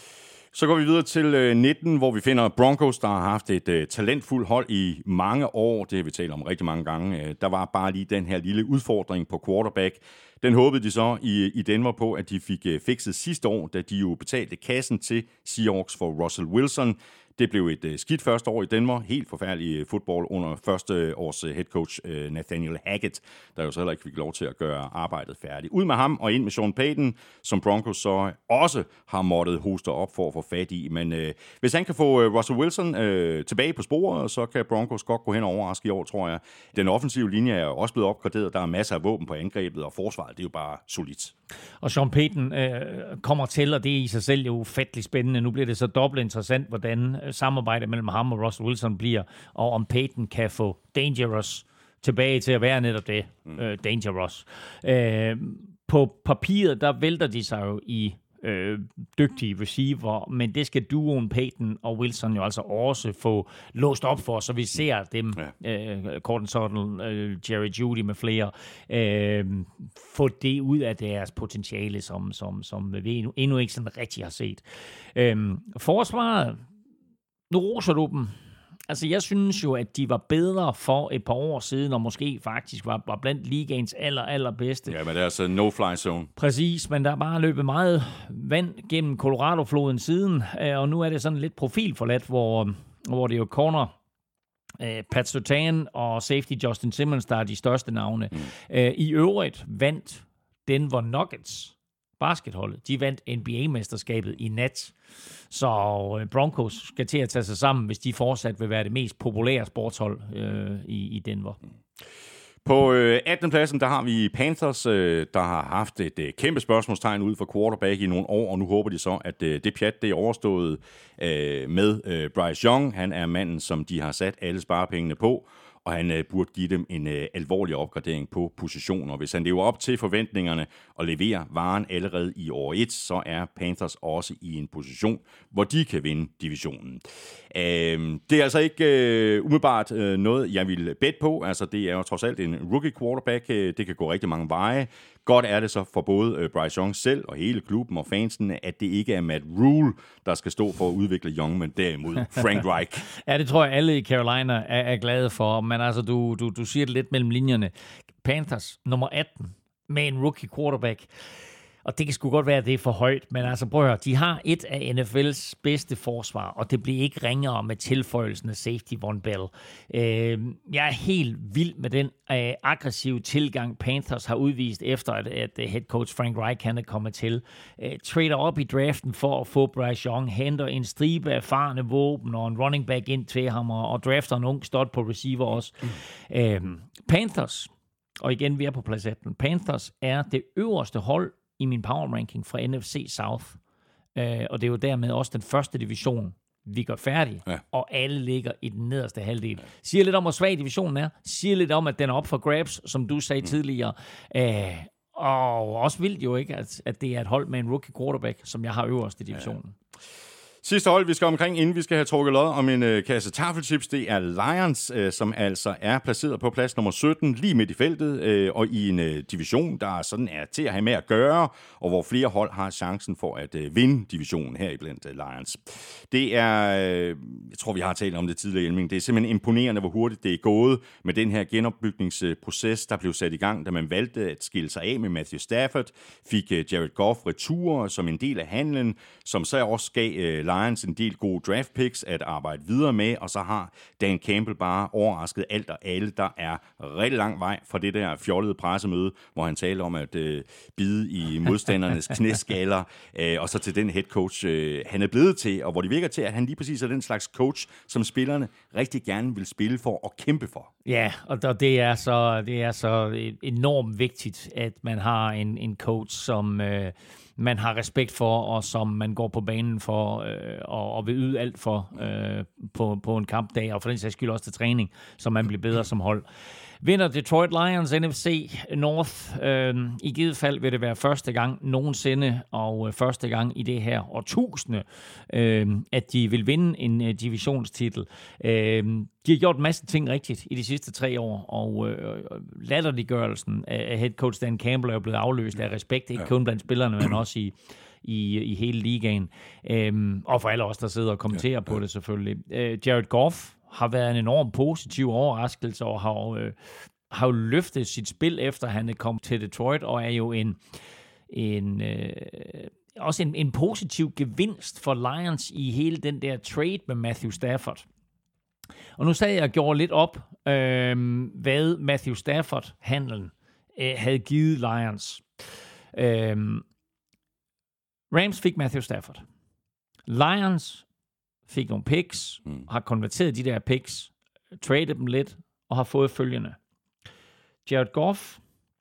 Så går vi videre til nitten, hvor vi finder Broncos, der har haft et uh, talentfuldt hold i mange år. Det har vi talt om rigtig mange gange. Uh, der var bare lige den her lille udfordring på quarterback. Den håbede de så i, i Denver på, at de fik uh, fikset sidste år, da de jo betalte kassen til Seahawks for Russell Wilson. Det blev et uh, skidt første år i Denver. Helt forfærdelig fodbold under første års uh, head coach uh, Nathaniel Hackett, der jo så heller ikke fik lov til at gøre arbejdet færdigt. Ud med ham og ind med Sean Payton, som Broncos så også har måttet hoste op for at få fat i. Men uh, hvis han kan få uh, Russell Wilson uh, tilbage på sporet, så kan Broncos godt gå hen og overraske i år, tror jeg. Den offensive linje er også blevet opgraderet. Der er masser af våben på angrebet, og forsvaret, det er jo bare solidt. Og Sean Payton øh, kommer til, og det er i sig selv jo ufattelig spændende. Nu bliver det så dobbelt interessant, hvordan samarbejde mellem ham og Russell Wilson bliver, og om Peyton kan få Dangerous tilbage til at være netop det, mm. uh, Dangerous. Uh, på papiret, der vælter de sig jo i øh, dygtige receiver, men det skal duoen Peyton og Wilson jo altså også få låst op for, så vi ser dem, ja. øh, Courtland Sutton, øh, Jerry Jeudy med flere, øh, få det ud af deres potentiale, som, som, som vi endnu, endnu ikke sådan rigtig har set. Øh, forsvaret, nu roser du dem. Altså, jeg synes jo, at de var bedre for et par år siden, og måske faktisk var, var blandt ligaens aller, allerbedste. Ja, men det er altså no-fly zone. Præcis, men der er bare løbet meget vand gennem Colorado-floden siden, og nu er det sådan lidt profilforladt, hvor, hvor det er jo corner uh, Pat Surtain og safety Justin Simmons, der er de største navne. Mm. Uh, I øvrigt vandt Denver Nuggets basketholdet. De vandt N B A-mesterskabet i nat. Så Broncos skal til at tage sig sammen, hvis de fortsat vil være det mest populære sportshold øh, i, i Denver. På øh, attende pladsen, der har vi Panthers, øh, der har haft et øh, kæmpe spørgsmålstegn ud for quarterback i nogle år, og nu håber de så, at øh, det pjat, det er overstået øh, med øh, Bryce Young. Han er manden, som de har sat alle sparepengene på, og han øh, burde give dem en øh, alvorlig opgradering på positioner. Hvis han lever op til forventningerne og leverer varen allerede i år et, så er Panthers også i en position, hvor de kan vinde divisionen. Øh, det er altså ikke øh, umiddelbart øh, noget, jeg vil bet på. Altså, det er jo trods alt en rookie quarterback. Det kan gå rigtig mange veje. Godt er det så for både øh, Bryce Young selv og hele klubben og fansen, at det ikke er Matt Rule, der skal stå for at udvikle Young, men derimod Frank Reich. Ja, det tror jeg alle i Carolina er, er glade for, men altså, du, du, du siger det lidt mellem linjerne. Panthers nummer atten med en rookie quarterback. Og det kan sgu godt være, at det er for højt, men altså prøv at høre, de har et af N F L's bedste forsvar, og det bliver ikke ringere med tilføjelsen af safety Von Bell. Øh, jeg er helt vild med den øh, aggressive tilgang, Panthers har udvist efter, at, at head coach Frank Reich han er kommet til. Øh, trader op i draften for at få Bryce Young, henter en stribe erfarne våben og en running back ind til ham, og, og drafter en ung stud på receiver også. Mm. Øh, Panthers, og igen vi er på plads atten, Panthers er det øverste hold i min power ranking fra N F C South. Uh, og det er jo dermed også den første division, vi gør færdig, ja. Og alle ligger i den nederste halvdel. Ja. Siger lidt om, hvor svag divisionen er. Siger lidt om, at den er op for grabs, som du sagde mm. tidligere. Uh, og også vildt jo ikke, at, at det er et hold med en rookie quarterback, som jeg har øverst i divisionen. Ja. Sidste hold, vi skal omkring, inden vi skal have trukket lod om en øh, kasse taffelchips, det er Lions, øh, som altså er placeret på plads nummer sytten, lige midt i feltet, øh, og i en øh, division, der sådan er til at have med at gøre, og hvor flere hold har chancen for at øh, vinde divisionen her iblandt øh, Lions. Det er, øh, jeg tror vi har talt om det tidligere, Elming, det er simpelthen imponerende, hvor hurtigt det er gået med den her genopbygningsproces, der blev sat i gang, da man valgte at skille sig af med Matthew Stafford, fik øh, Jared Goff retur som en del af handlen, som så også gav øh, Lions en del gode draft picks at arbejde videre med, og så har Dan Campbell bare overrasket alt og alle. Der er rigtig lang vej fra det der fjollede pressemøde, hvor han taler om at øh, bide i modstandernes knæskaller, øh, og så til den head coach, øh, han er blevet til, og hvor det virker til, at han lige præcis er den slags coach, som spillerne rigtig gerne vil spille for og kæmpe for. Ja, og det er så, det er så enormt vigtigt, at man har en, en coach, som øh, man har respekt for, og som man går på banen for, øh, og, og vil yde alt for øh, på, på en kampdag, og for den sags skyld også til træning, så man bliver bedre som hold. Vinder Detroit Lions N F C North. Øh, I givet fald vil det være første gang nogensinde, og øh, første gang i det her årtusinde, øh, at de vil vinde en øh, divisionstitel. Øh, de har gjort en masse ting rigtigt i de sidste tre år, og øh, latterliggørelsen af head coach Dan Campbell er jo blevet afløst af respekt, ikke kun blandt spillerne, men også i I, i hele ligaen. Øhm, og for alle os, der sidder og kommenterer ja, ja. på det selvfølgelig. Øh, Jared Goff har været en enorm positiv overraskelse, og har, øh, har jo løftet sit spil, efter han er kommet til Detroit, og er jo en, en øh, også en, en positiv gevinst for Lions i hele den der trade med Matthew Stafford. Og nu sagde jeg, jeg gjorde lidt op, øh, hvad Matthew Stafford-handlen øh, havde givet Lions. Øh, Rams fik Matthew Stafford. Lions fik nogle picks, mm. har konverteret de der picks, traded dem lidt, og har fået følgende. Jared Goff,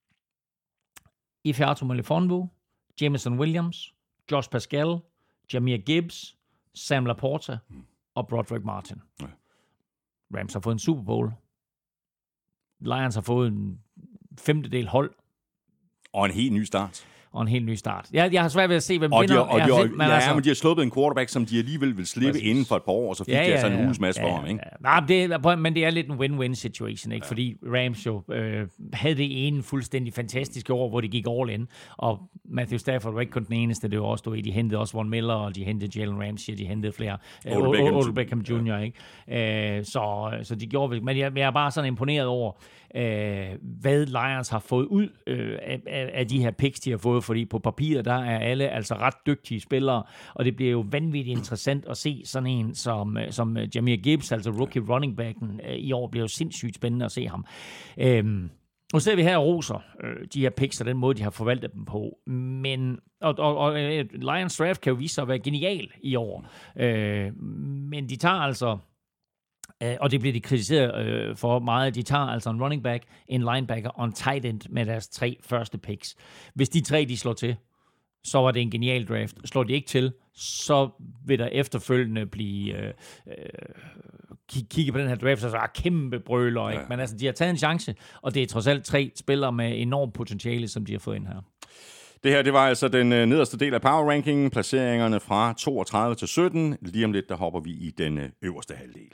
Ifeatu Melifonwu, Jameson Williams, Josh Pascal, Jahmyr Gibbs, Sam Laporta mm. og Broderick Martin. Ja. Rams har fået en Super Bowl. Lions har fået en femtedel hold. Og en helt ny start. Og en helt ny start. Jeg, jeg har svært ved at se, hvem og vinder. De, og de, har set, men, ja, altså, men de har sluppet en quarterback, som de alligevel vil slippe præcis. Inden for et par år, og så fik ja, ja, de altså en uges masse ja, ja, for ham. Ikke? Ja. Nej, det er, men det er lidt en win-win situation, ikke? Ja. Fordi Rams jo øh, havde det ene fuldstændig fantastiske år, hvor de gik all in, og Matthew Stafford var ikke kun den eneste, det var også, du, de hentede også Von Miller, og de hentede Jalen Ramsey, og de hentede flere. Øh, Odell Beckham, Odell Beckham junior Ja. Ikke? Øh, så, så de gjorde, men jeg, jeg er bare sådan imponeret over, øh, hvad Lions har fået ud øh, af, af de her picks, de har fået, fordi på papiret, der er alle altså ret dygtige spillere, og det bliver jo vanvittigt interessant at se sådan en som, som Jahmyr Gibbs, altså rookie running backen i år, bliver jo sindssygt spændende at se ham. Øhm, nu ser vi her roser øh, de her picks og den måde, de har forvaltet dem på, men og, og, og Lions draft kan jo vise sig at være genial i år, øh, men de tager altså Uh, og det bliver de kritiseret uh, for meget. De tager altså en running back, en linebacker og en tight end med deres tre første picks. Hvis de tre, de slår til, så var det en genial draft. Slår de ikke til, så vil der efterfølgende blive uh, uh, kigge på den her draft, så er der kæmpe brøler. Ikke? Men altså, de har taget en chance, og det er trods alt tre spillere med enormt potentiale, som de har fået ind her. Det her, det var altså den øh, nederste del af Power Ranking, placeringerne fra toogtredive til sytten. Lige om lidt, der hopper vi i den øh, øverste halvdel.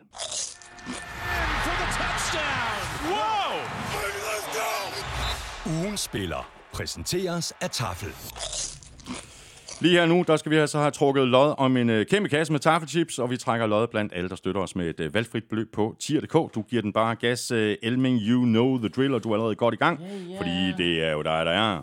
Ugens spiller præsenteres af Tafel. Lige her nu, der skal vi altså have trukket lod om en øh, kæmpe kasse med taffelchips, og vi trækker lod blandt alle, der støtter os med et øh, valgfrit beløb på tier punktum d k. Du giver den bare gas, øh, Elming, you know the drill, og du er allerede godt i gang, yeah, yeah. fordi det er jo dig, der er.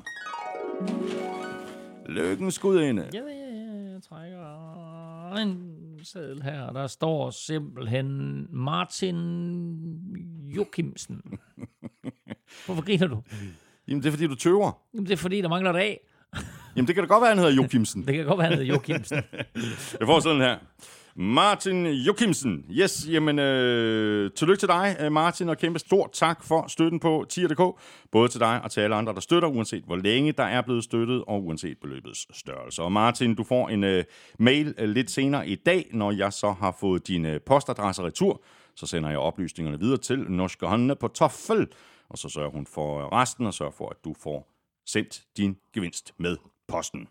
Lykkens skudinde. Ja, ja, jeg trækker en seddel her, der står simpelthen Martin Jochimsen. Hvorfor griner du? Jamen, det er fordi, du tøver. Jamen, det er fordi, der mangler et A. Jamen, det kan da godt være, han hedder Jochimsen. Det kan godt være, han hedder Jochimsen. Jeg får sådan her. Martin Jochimsen. Yes, jamen, øh, tillykke til dig, Martin, og kæmpe stort tak for støtten på tier punktum d k. Både til dig og til alle andre, der støtter, uanset hvor længe der er blevet støttet, og uanset beløbets størrelse. Og Martin, du får en øh, mail øh, lidt senere i dag, når jeg så har fået din øh, postadresse retur. Så sender jeg oplysningerne videre til Norske Håndene på Toffel, og så sørger hun for resten, og sørger for, at du får sendt din gevinst med posten.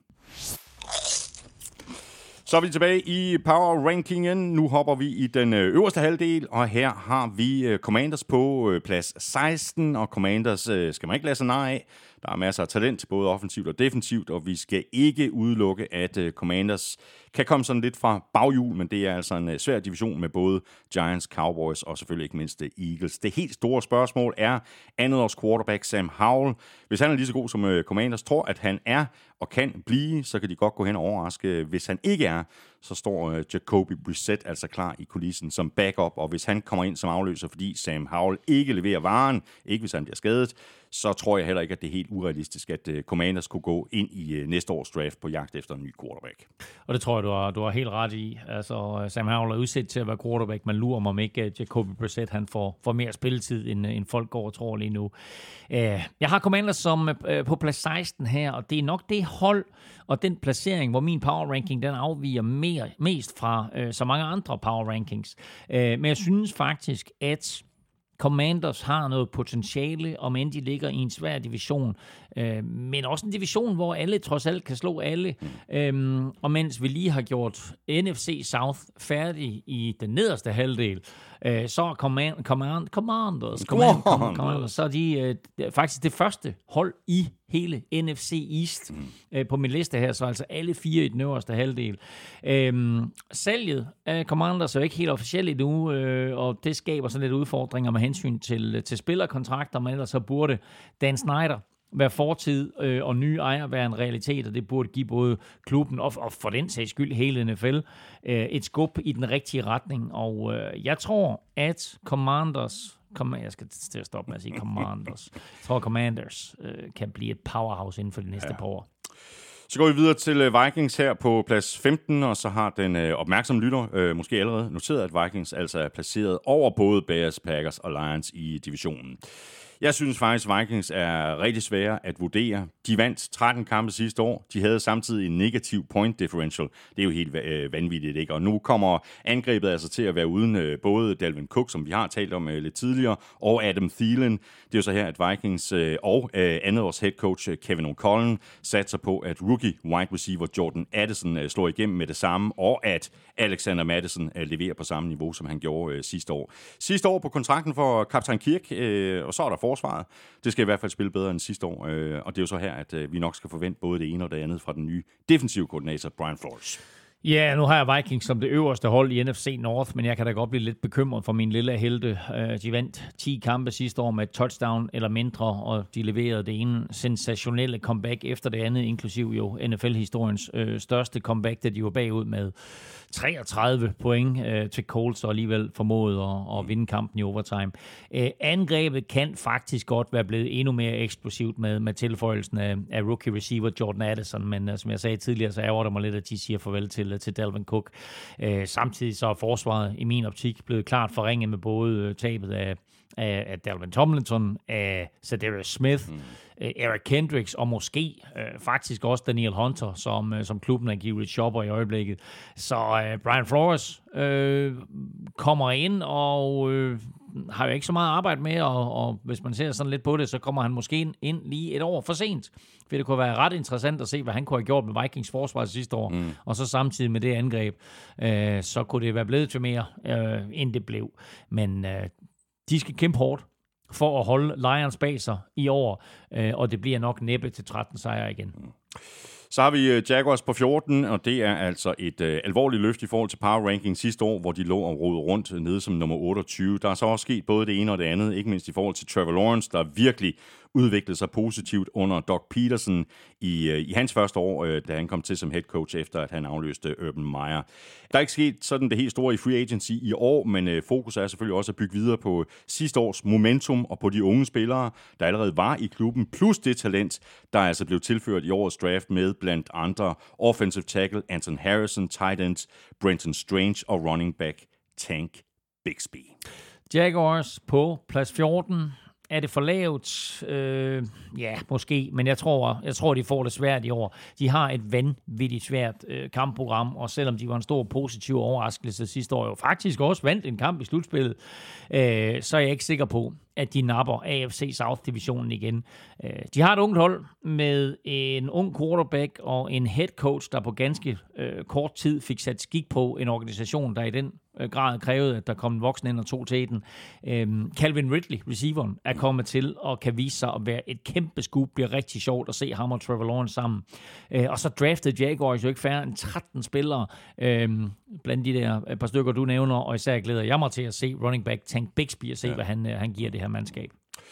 Så er vi tilbage i Power Rankingen. Nu hopper vi i den øverste halvdel, og her har vi Commanders på plads seksten, og Commanders skal man ikke lade sig nar af. Der er masser af talent, både offensivt og defensivt, og vi skal ikke udelukke, at Commanders kan komme sådan lidt fra baghjul, men det er altså en svær division med både Giants, Cowboys og selvfølgelig ikke mindst Eagles. Det helt store spørgsmål er andet års quarterback Sam Howell. Hvis han er lige så god som Commanders tror, at han er og kan blive, så kan de godt gå hen og overraske. Hvis han ikke er, så står Jacoby Brissett altså klar i kulissen som backup, og hvis han kommer ind som afløser, fordi Sam Howell ikke leverer varen, ikke hvis han bliver skadet, så tror jeg heller ikke, at det er helt urealistisk, at Commanders kunne gå ind i næste års draft på jagt efter en ny quarterback. Og det tror jeg, du har, du har helt ret i. Altså, Sam Howell er udsat til at være quarterback. Man lurer mig om ikke, Jacoby Brissett han får, får mere spilletid, end, end folk går og tror lige nu. Jeg har Commanders som på plads seksten her, og det er nok det hold og den placering, hvor min power ranking den afviger mere, mest fra øh, så mange andre power rankings. Men jeg synes faktisk, at Commanders har noget potentiale, om end de ligger i en svær division, øh, men også en division, hvor alle trods alt kan slå alle. Mm. Øhm, og mens vi lige har gjort N F C South færdig i den nederste halvdel, øh, så er command, command, Commanders, command, command, Commanders, så er de øh, faktisk det første hold i hele N F C East mm. øh, på min liste her, så altså alle fire i den øverste halvdel. Øhm, salget af Commanders er jo ikke helt officielt endnu, øh, og det skaber sådan lidt udfordringer med hensyn til, til spillerkontrakter, men ellers så burde Dan Snyder være fortid øh, og nye ejer være en realitet, og det burde give både klubben og, og for den sags skyld hele N F L øh, et skub i den rigtige retning, og øh, jeg tror, at Commanders Kom, jeg skal til at stoppe med at sige Commanders. Jeg tror, Commanders øh, kan blive et powerhouse inden for de næste ja. par år. Så går vi videre til Vikings her på plads femten, og så har den øh, opmærksomme lytter øh, måske allerede noteret, at Vikings altså er placeret over både Bears, Packers og Lions i divisionen. Jeg synes faktisk, Vikings er rigtig svære at vurdere. De vandt tretten kampe sidste år. De havde samtidig en negativ point differential. Det er jo helt øh, vanvittigt, ikke? Og nu kommer angrebet altså til at være uden øh, både Dalvin Cook, som vi har talt om øh, lidt tidligere, og Adam Thielen. Det er jo så her, at Vikings øh, og øh, andet års head coach Kevin O'Connell satser på, at rookie wide receiver Jordan Addison øh, slår igennem med det samme, og at Alexander Mattison øh, leverer på samme niveau, som han gjorde øh, sidste år. Sidste år på kontrakten for kaptajn Kirk, øh, og så er der forsvaret. Det skal i hvert fald spille bedre end sidste år, øh, og det er jo så her, at øh, vi nok skal forvente både det ene og det andet fra den nye defensive koordinator, Brian Flores. Ja, nu har jeg Vikings som det øverste hold i N F C North, men jeg kan da godt blive lidt bekymret for min lille helte. De vandt ti kampe sidste år med et touchdown eller mindre, og de leverede det ene sensationelle comeback efter det andet, inklusiv jo N F L-historiens øh, største comeback, da de var bagud med treogtredive point øh, til Colts, og alligevel formåede at, at vinde kampen i overtime. Øh, angrebet kan faktisk godt være blevet endnu mere eksplosivt med, med tilføjelsen af, af rookie receiver Jordan Addison, men uh, som jeg sagde tidligere, så ærger det mig lidt, at de siger farvel til, til Dalvin Cook. Øh, samtidig så er forsvaret i min optik blevet klart forringet med både uh, tabet af af, af Dalvin Tomlinson, af Zadarius Smith, mm. Eric Kendricks og måske øh, faktisk også Daniel Hunter, som, øh, som klubben er givet shopper i øjeblikket. Så øh, Brian Flores øh, kommer ind og øh, har jo ikke så meget arbejde med, og, og hvis man ser sådan lidt på det, så kommer han måske ind, ind lige et år for sent. For det kunne være ret interessant at se, hvad han kunne have gjort med Vikings forsvar sidste år, mm. og så samtidig med det angreb, øh, så kunne det være blevet til mere, øh, end det blev. Men øh, de skal kæmpe hårdt for at holde Lions bag sig i år, øh, og det bliver nok næppe til tretten sejre igen. Så har vi Jaguars på fjorten, og det er altså et øh, alvorligt løft i forhold til power ranking sidste år, hvor de lå og rodede rundt nede som nummer otteogtyve. Der er så også sket både det ene og det andet, ikke mindst i forhold til Trevor Lawrence, der virkelig udviklede sig positivt under Doug Peterson i, øh, i hans første år, øh, da han kom til som head coach, efter at han afløste Urban Meyer. Der er ikke sket sådan det helt store i free agency i år, men øh, fokus er selvfølgelig også at bygge videre på sidste års momentum og på de unge spillere, der allerede var i klubben, plus det talent, der er altså blevet tilført i årets draft med blandt andre offensive tackle Anton Harrison, tight end Brenton Strange og running back Tank Bigsby. Jaguars på plads fjorten. Er det for lavt? Øh, ja, måske, men jeg tror, jeg tror, de får det svært i år. De har et vanvittigt svært øh, kampprogram, og selvom de var en stor positiv overraskelse sidste år, jo faktisk også vandt en kamp i slutspillet, øh, så er jeg ikke sikker på, at de napper A F C South-divisionen igen. De har et ungt hold med en ung quarterback og en head coach, der på ganske øh, kort tid fik sat skik på en organisation, der i den øh, grad krævede, at der kom en voksen ind og tog teten. Øhm, Calvin Ridley, receiveren, er kommet til og kan vise sig at være et kæmpe scoop. Bliver rigtig sjovt at se ham og Trevor Lawrence sammen. Øh, og så draftede Jaguars jo ikke færre end tretten spillere, øh, blandt de der par stykker, du nævner, og især glæder jeg mig til at se running back Tank Bigsby og se, ja. hvad han, han giver det her mandskab.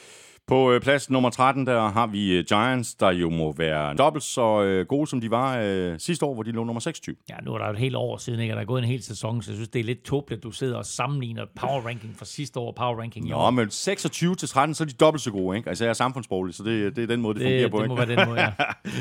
På plads nummer tretten, der har vi Giants, der jo må være dobbelt så gode, som de var øh, sidste år, hvor de lå nummer seksogtyve. Ja, nu er der jo et helt år siden, ikke? Der er gået en hel sæson, så jeg synes, det er lidt tåbeligt, at du sidder og sammenligner power ranking fra sidste år og power ranking i år. Nå, men seksogtyve til tretten, så er de dobbelt så gode, ikke? Altså, jeg er samfundsborgerlig, så det, det er den måde, det, det fungerer på, det ikke? Det må være den måde,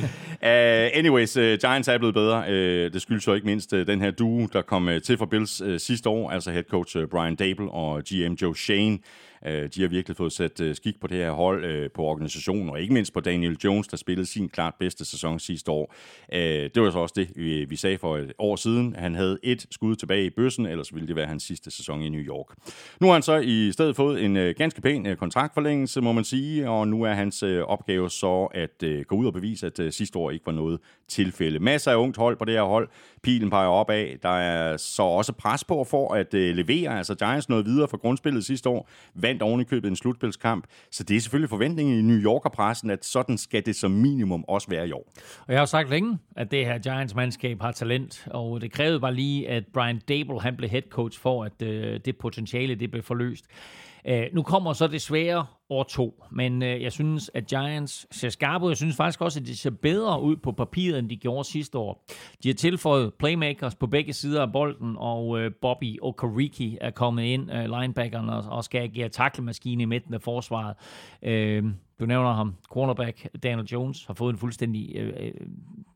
ja. uh, anyways, uh, Giants er blevet bedre. Uh, det skyldes jo ikke mindst uh, den her duo, der kom uh, til for Bills uh, sidste år, altså head coach uh, Brian Dable og G M Joe Shane. De har virkelig fået sat skik på det her hold, på organisationen, og ikke mindst på Daniel Jones, der spillede sin klart bedste sæson sidste år. Det var så også det, vi sagde for et år siden. Han havde et skud tilbage i bøssen, ellers ville det være hans sidste sæson i New York. Nu har han så i stedet fået en ganske pæn kontraktforlængelse, må man sige, og nu er hans opgave så at gå ud og bevise, at sidste år ikke var noget tilfælde. Masser af ungt hold på det her hold. Pilen peger opad. Der er så også pres på for at levere. Altså Giants noget videre fra grundspillet sidste år. Vandt oven i købet en slutspilskamp. Så det er selvfølgelig forventningen i New Yorker-pressen, at sådan skal det som minimum også være i år. Og jeg har sagt længe, at det her Giants-mandskab har talent, og det krævede bare lige, at Brian Dable han blev head coach for, at øh, det potentiale det blev forløst. Uh, nu kommer så desværre år to, men uh, jeg synes, at Giants ser skarpe ud. Jeg synes faktisk også, at de ser bedre ud på papiret, end de gjorde sidste år. De har tilføjet playmakers på begge sider af bolden, og uh, Bobby Okereke er kommet ind, uh, linebackeren, og, og skal agere tackle-maskine i midten af forsvaret. Uh, du nævner ham, cornerback Daniel Jones, har fået en fuldstændig uh,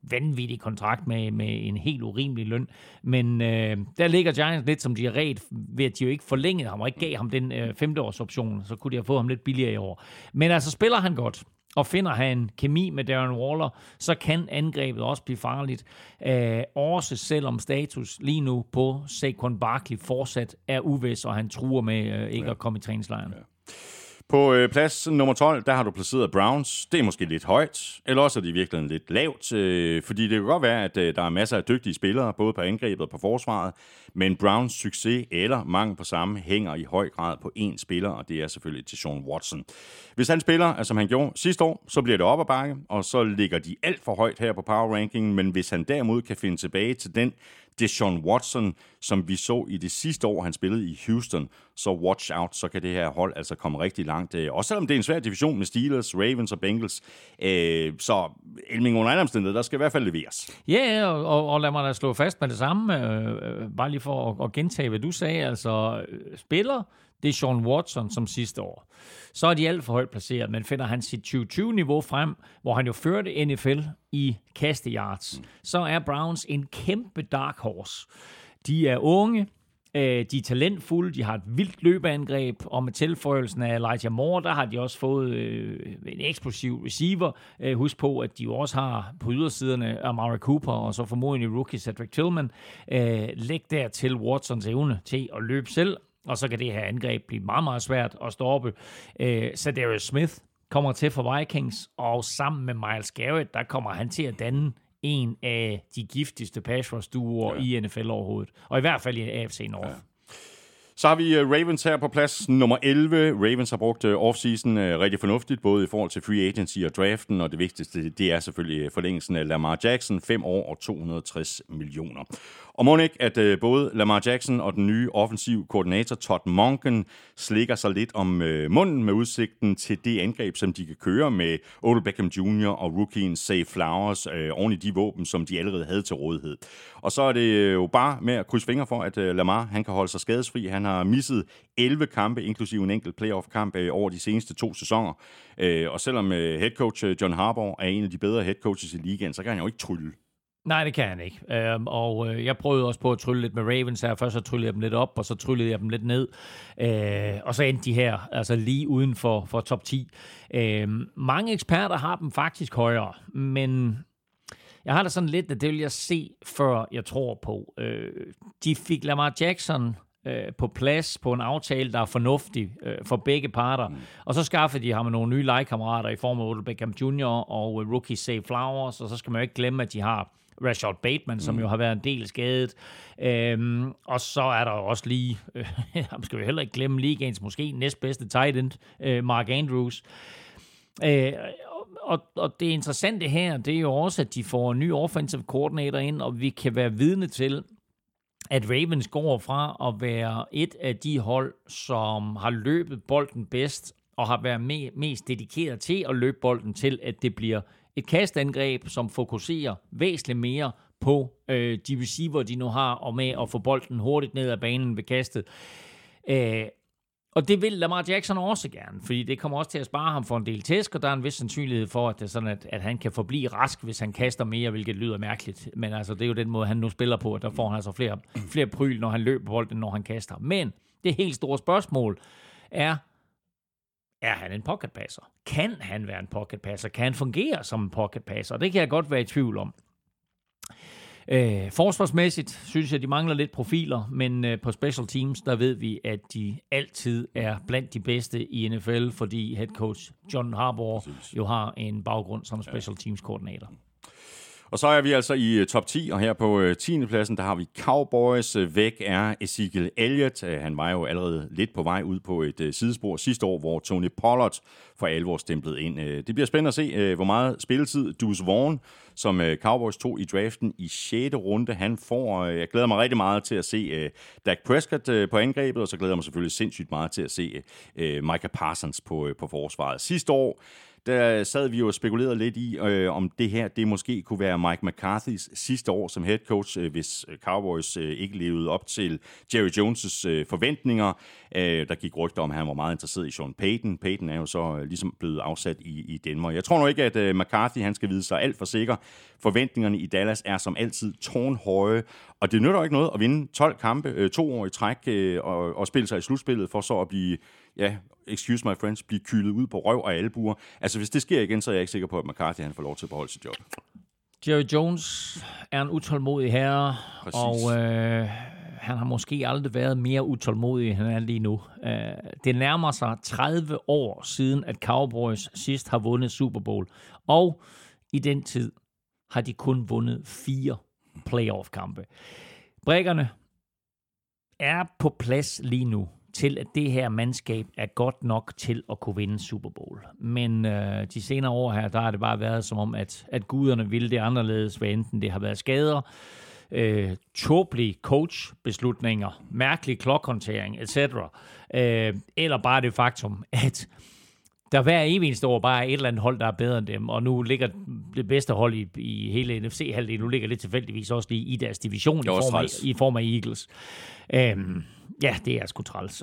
vanvittig kontrakt med, med en helt urimelig løn. Men øh, der ligger Giants lidt som de er ret, ved at de jo ikke forlængede ham, og ikke gav ham den øh, femteårsoption, så kunne de have fået ham lidt billigere i år. Men altså spiller han godt, og finder han kemi med Darren Waller, så kan angrebet også blive farligt. Øh, også selvom status lige nu på Saquon Barkley fortsat er uvis, og han truer med øh, ikke ja. at komme i træningslejren. Ja. På øh, plads nummer tolv, der har du placeret Browns. Det er måske lidt højt, eller også er det virkelig lidt lavt, øh, fordi det kan godt være, at øh, der er masser af dygtige spillere, både på angrebet og på forsvaret, men Browns succes eller mangel på samme hænger i høj grad på én spiller, og det er selvfølgelig Deshaun Watson. Hvis han spiller, altså som han gjorde sidste år, så bliver det op ad bakke, og så ligger de alt for højt her på power ranking, men hvis han derimod kan finde tilbage til den Deshaun Watson, som vi så i det sidste år, han spillede i Houston, så watch out, så kan det her hold altså komme rigtig langt. Også selvom det er en svær division med Steelers, Ravens og Bengals, så Elming under andre omstændigheder, der skal i hvert fald leveres. Ja, yeah, og, og, og lad mig da slå fast med det samme, øh, bare lige for at, at gentage, hvad du sagde, altså spiller Deshaun Watson som sidste år, så er de alt for højt placeret, men finder han sit tyve tyve-niveau frem, hvor han jo førte N F L i kasteyards, mm. så er Browns en kæmpe dark horse. De er unge, de er talentfulde, de har et vildt løbeangreb, og med tilføjelsen af Elijah Moore, der har de også fået øh, en eksplosiv receiver. Øh, husk på, at de jo også har på ydersiderne Amari Cooper, og så formodentlig rookie Cedric Tillman. Øh, læg der til Watsons evne til at løbe selv, og så kan det her angreb blive meget, meget svært at stoppe. Øh, så Darius Smith kommer til for Vikings, og sammen med Myles Garrett, der kommer han til at danne en af de giftigste pass rush duoer ja. i N F L overhovedet. Og i hvert fald i A F C North. Ja. Så har vi Ravens her på plads nummer elleve. Ravens har brugt offseason rigtig fornuftigt, både i forhold til free agency og draften, og det vigtigste, det er selvfølgelig forlængelsen af Lamar Jackson, fem år og to hundrede og tres millioner. Og må ikke, at både Lamar Jackson og den nye offensiv koordinator Todd Monken slikker sig lidt om munden med udsigten til det angreb, som de kan køre med Odell Beckham junior og rookien Zay Flowers øh, oven i de våben, som de allerede havde til rådighed. Og så er det jo bare med at krydse fingre for, at Lamar han kan holde sig skadesfri. Han har misset elleve kampe, inklusive en enkelt playoff-kamp øh, over de seneste to sæsoner. Øh, og selvom øh, headcoach John Harbaugh er en af de bedre headcoaches i ligaen, så kan han jo ikke trylle. Nej, det kan han ikke. Øhm, og øh, jeg prøvede også på at trylle lidt med Ravens her. Først så tryllede jeg dem lidt op, og så tryllede jeg dem lidt ned. Øh, og så endte de her, altså lige uden for, for top ti. Øh, mange eksperter har dem faktisk højere, men jeg har da sådan lidt, at det vil jeg se, før jeg tror på. Øh, de fik Lamar Jackson øh, på plads på en aftale, der er fornuftig øh, for begge parter. Mm. Og så skaffede de ham med nogle nye legekammerater i form af Odell Beckham junior og øh, rookie Zay Flowers. Og så skal man jo ikke glemme, at de har Rashad Bateman, som mm. jo har været en del skadet. Øhm, og så er der også lige, øh, skal vi heller ikke glemme, ligaens måske næstbedste tight end, øh, Mark Andrews. Øh, og, og det interessante her, det er jo også, at de får en ny offensive coordinator ind, og vi kan være vidne til, at Ravens går fra at være et af de hold, som har løbet bolden bedst, og har været me- mest dedikeret til at løbe bolden, til at det bliver et kastangreb, som fokuserer væsentligt mere på øh, de receiver, de nu har, og med at få bolden hurtigt ned ad banen ved kastet. Øh, og det vil Lamar Jackson også gerne, fordi det kommer også til at spare ham for en del tæsk, og der er en vis sandsynlighed for, at, det er sådan, at, at han kan forblive rask, hvis han kaster mere, hvilket lyder mærkeligt. Men altså, det er jo den måde, han nu spiller på, at der får han altså flere, flere pryl, når han løber bolden, når han kaster. Men det helt store spørgsmål er, er han en pocket passer? Kan han være en pocket passer? Kan han fungere som en pocket passer? Det kan jeg godt være i tvivl om. Øh, forsvarsmæssigt synes jeg, de mangler lidt profiler, men øh, på special teams, der ved vi, at de altid er blandt de bedste i N F L, fordi head coach John Harbaugh Præcis. jo har en baggrund som special teams koordinator. Og så er vi altså i top ti, og her på tiende pladsen, der har vi Cowboys. Væk er Ezekiel Elliott. Han var jo allerede lidt på vej ud på et sidespor sidste år, hvor Tony Pollard for alvor stemplede ind. Det bliver spændende at se, hvor meget spilletid Deuce Vaughn, som Cowboys tog i draften i sjette runde, han får. Jeg glæder mig rigtig meget til at se Dak Prescott på angrebet, og så glæder jeg mig selvfølgelig sindssygt meget til at se Micah Parsons på, på forsvaret. Sidste år, der sad vi jo og spekulerede lidt i, øh, om det her, det måske kunne være Mike McCarthys sidste år som head coach, øh, hvis Cowboys øh, ikke levede op til Jerry Jones' øh, forventninger. Øh, der gik rygter om, at han var meget interesseret i Sean Payton. Payton er jo så øh, ligesom blevet afsat i, i Denver. Jeg tror nu ikke, at øh, McCarthy han skal vide sig alt for sikker. Forventningerne i Dallas er som altid tårnhøje, og det nytter ikke noget at vinde tolv kampe, øh, to år i træk, øh, og, og spille sig i slutspillet, for så at blive, ja, excuse my friends, blive kylet ud på røv og albuer. Altså, hvis det sker igen, så er jeg ikke sikker på, at McCarthy han får lov til at beholde sit job. Jerry Jones er en utålmodig herre, præcis. Og øh, han har måske aldrig været mere utålmodig, end han er lige nu. Uh, det nærmer sig tredive år siden, at Cowboys sidst har vundet Super Bowl, og i den tid har de kun vundet fire playoff-kampe. Brikkerne er på plads lige nu til, at det her mandskab er godt nok til at kunne vinde Super Bowl. Men øh, de senere år her, der har det bare været som om, at, at guderne ville det anderledes, hvad enten det har været skader, øh, tåbelige coach-beslutninger, mærkelig klokhåndtering, et cetera. Øh, eller bare det faktum, at der hver eneste år bare er et eller andet hold, der er bedre end dem, og nu ligger det bedste hold i, i hele N F C-halvdelen, nu ligger det tilfældigvis også lige i deres division i form, af, i form af Eagles. Øhm, ja, det er sgu træls.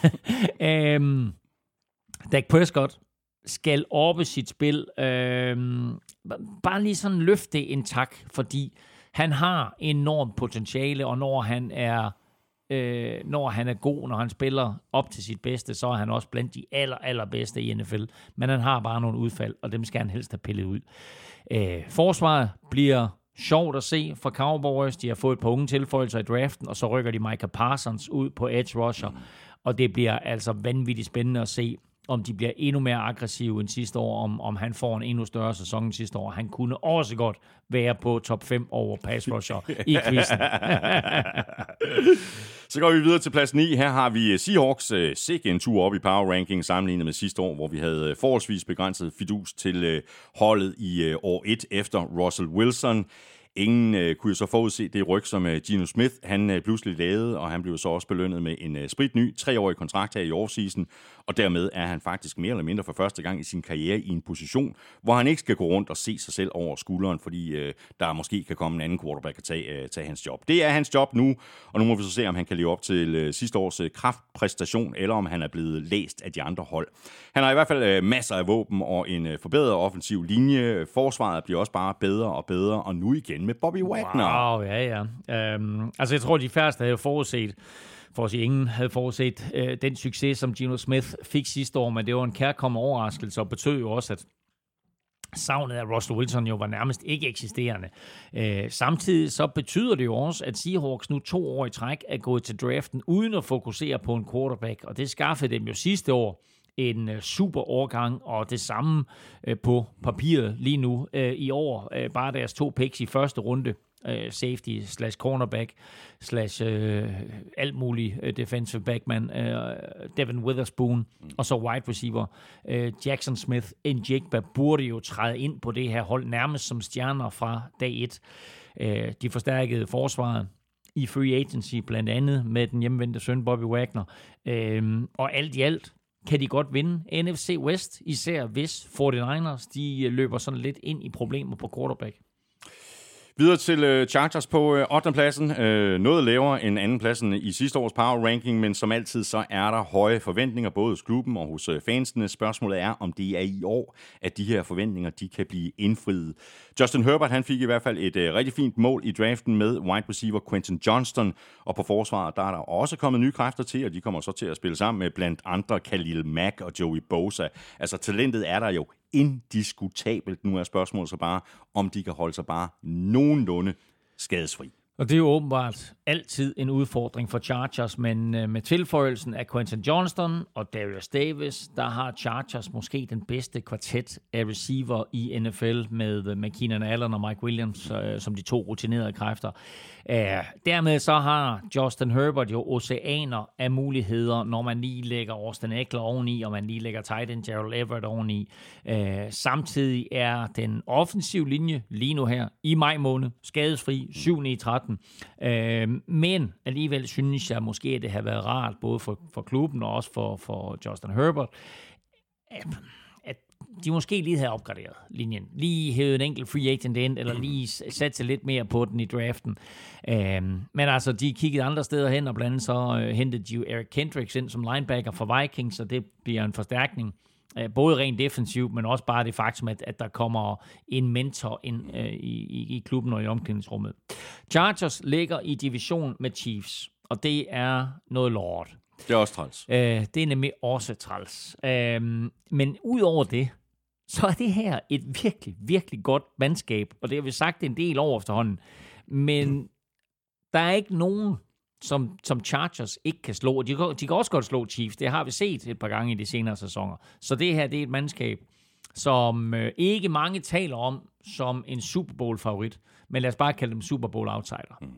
øhm, Dak Prescott skal oppe sit spil. Øhm, bare lige sådan løfte en tak, fordi han har enormt potentiale, og når han er Øh, når han er god, når han spiller op til sit bedste, så er han også blandt de aller, allerbedste i N F L. Men han har bare nogle udfald, og dem skal han helst have pillet ud. Øh, forsvaret bliver sjovt at se for Cowboys. De har fået et par unge tilføjelser i draften, og så rykker de Micah Parsons ud på edge rusher. Og det bliver altså vanvittigt spændende at se, om de bliver endnu mere aggressive end sidste år, om, om han får en endnu større sæson end sidste år. Han kunne også godt være på top fem over pass rusher i quizzen. Så går vi videre til plads ni. Her har vi Seahawks uh, sikke en tur op i power ranking sammenlignet med sidste år, hvor vi havde forholdsvis begrænset fidus til uh, holdet i uh, år et efter Russell Wilson. Ingen øh, kunne jo så forudse det ryg, som øh, Geno Smith han øh, pludselig lavede, og han blev så også belønnet med en øh, spritny treårig kontrakt her i offseason, og dermed er han faktisk mere eller mindre for første gang i sin karriere i en position, hvor han ikke skal gå rundt og se sig selv over skulderen, fordi øh, der måske kan komme en anden quarterback og tage, øh, tage hans job. Det er hans job nu, og nu må vi så se, om han kan leve op til øh, sidste års øh, kraftpræstation, eller om han er blevet læst af de andre hold. Han har i hvert fald øh, masser af våben og en øh, forbedret offensiv linje. Forsvaret bliver også bare bedre og bedre, og nu igen med Bobby Wagner. Wow, ja, ja. Um, altså, jeg tror, de færreste havde forudset, for at sige, ingen havde forudset uh, den succes, som Geno Smith fik sidste år, men det var en kærkommen overraskelse, og betød jo også, at savnet af Russell Wilson jo var nærmest ikke eksisterende. Uh, samtidig så betyder det jo også, at Seahawks nu to år i træk er gået til draften, uden at fokusere på en quarterback, og det skaffede dem jo sidste år en super årgang, og det samme øh, på papiret lige nu øh, i år. Øh, bare deres to picks i første runde, øh, safety slash cornerback slash øh, alt muligt øh, defensive backman, øh, Devin Witherspoon, mm. og så wide receiver øh, Jackson Smith Njigba burde jo træde ind på det her hold nærmest som stjerner fra dag et. Øh, de forstærkede forsvaret i free agency, blandt andet med den hjemvendte søn Bobby Wagner. Øh, og alt i alt kan de godt vinde N F C West, især hvis forty-niners de løber sådan lidt ind i problemer på quarterback. Videre til Chargers på ottende pladsen. Noget lavere end anden pladsen i sidste års power ranking, men som altid så er der høje forventninger både hos klubben og hos fansene. Spørgsmålet er, om det er i år, at de her forventninger de kan blive indfriet. Justin Herbert han fik i hvert fald et rigtig fint mål i draften med wide receiver Quentin Johnston, og på forsvaret der er der også kommet nye kræfter til, og de kommer så til at spille sammen med blandt andre Khalil Mack og Joey Bosa. Altså talentet er der jo indiskutabelt. Nu er spørgsmålet så bare, om de kan holde sig bare nogenlunde skadesfri. Og det er jo åbenbart altid en udfordring for Chargers, men med tilføjelsen af Quentin Johnston og Darius Davis, der har Chargers måske den bedste kvartet af receiver i N F L med, med Keenan Allen og Mike Williams øh, som de to rutinerede kræfter. Æh, dermed så har Justin Herbert jo oceaner af muligheder, når man lige lægger Austin Eckler oveni, og man lige lægger tight end Gerald Everett oveni. Æh, samtidig er den offensive linje lige nu her i maj måned skadesfri syv ni tretten. Øh, men alligevel synes jeg måske, at det har været rart, både for, for klubben og også for, for Justin Herbert, at, at de måske lige havde opgraderet linjen. Lige hævet en enkelt free agent ind, eller lige sat sig lidt mere på den i draften. Øhm, men altså, de kiggede andre steder hen, og blandt andet så øh, hentede de jo Eric Kendricks ind som linebacker for Vikings, så det bliver en forstærkning. Øh, både rent defensivt, men også bare det faktum, at, at der kommer en mentor ind øh, i, i, i klubben og i omklædningsrummet. Chargers ligger i division med Chiefs, og det er noget lort. Det er også træls. Øh, det er nemlig også træls. Øh, men ud over det, så er det her et virkelig, virkelig godt mandskab, og det har vi sagt en del over efterhånden. Men der er ikke nogen, som, som Chargers ikke kan slå. De, de kan også godt slå Chiefs. Det har vi set et par gange i de senere sæsoner. Så det her, det er et mandskab, som øh, ikke mange taler om som en Super Bowl-favorit. Men lad os bare kalde dem Super Bowl-outsider. Mm.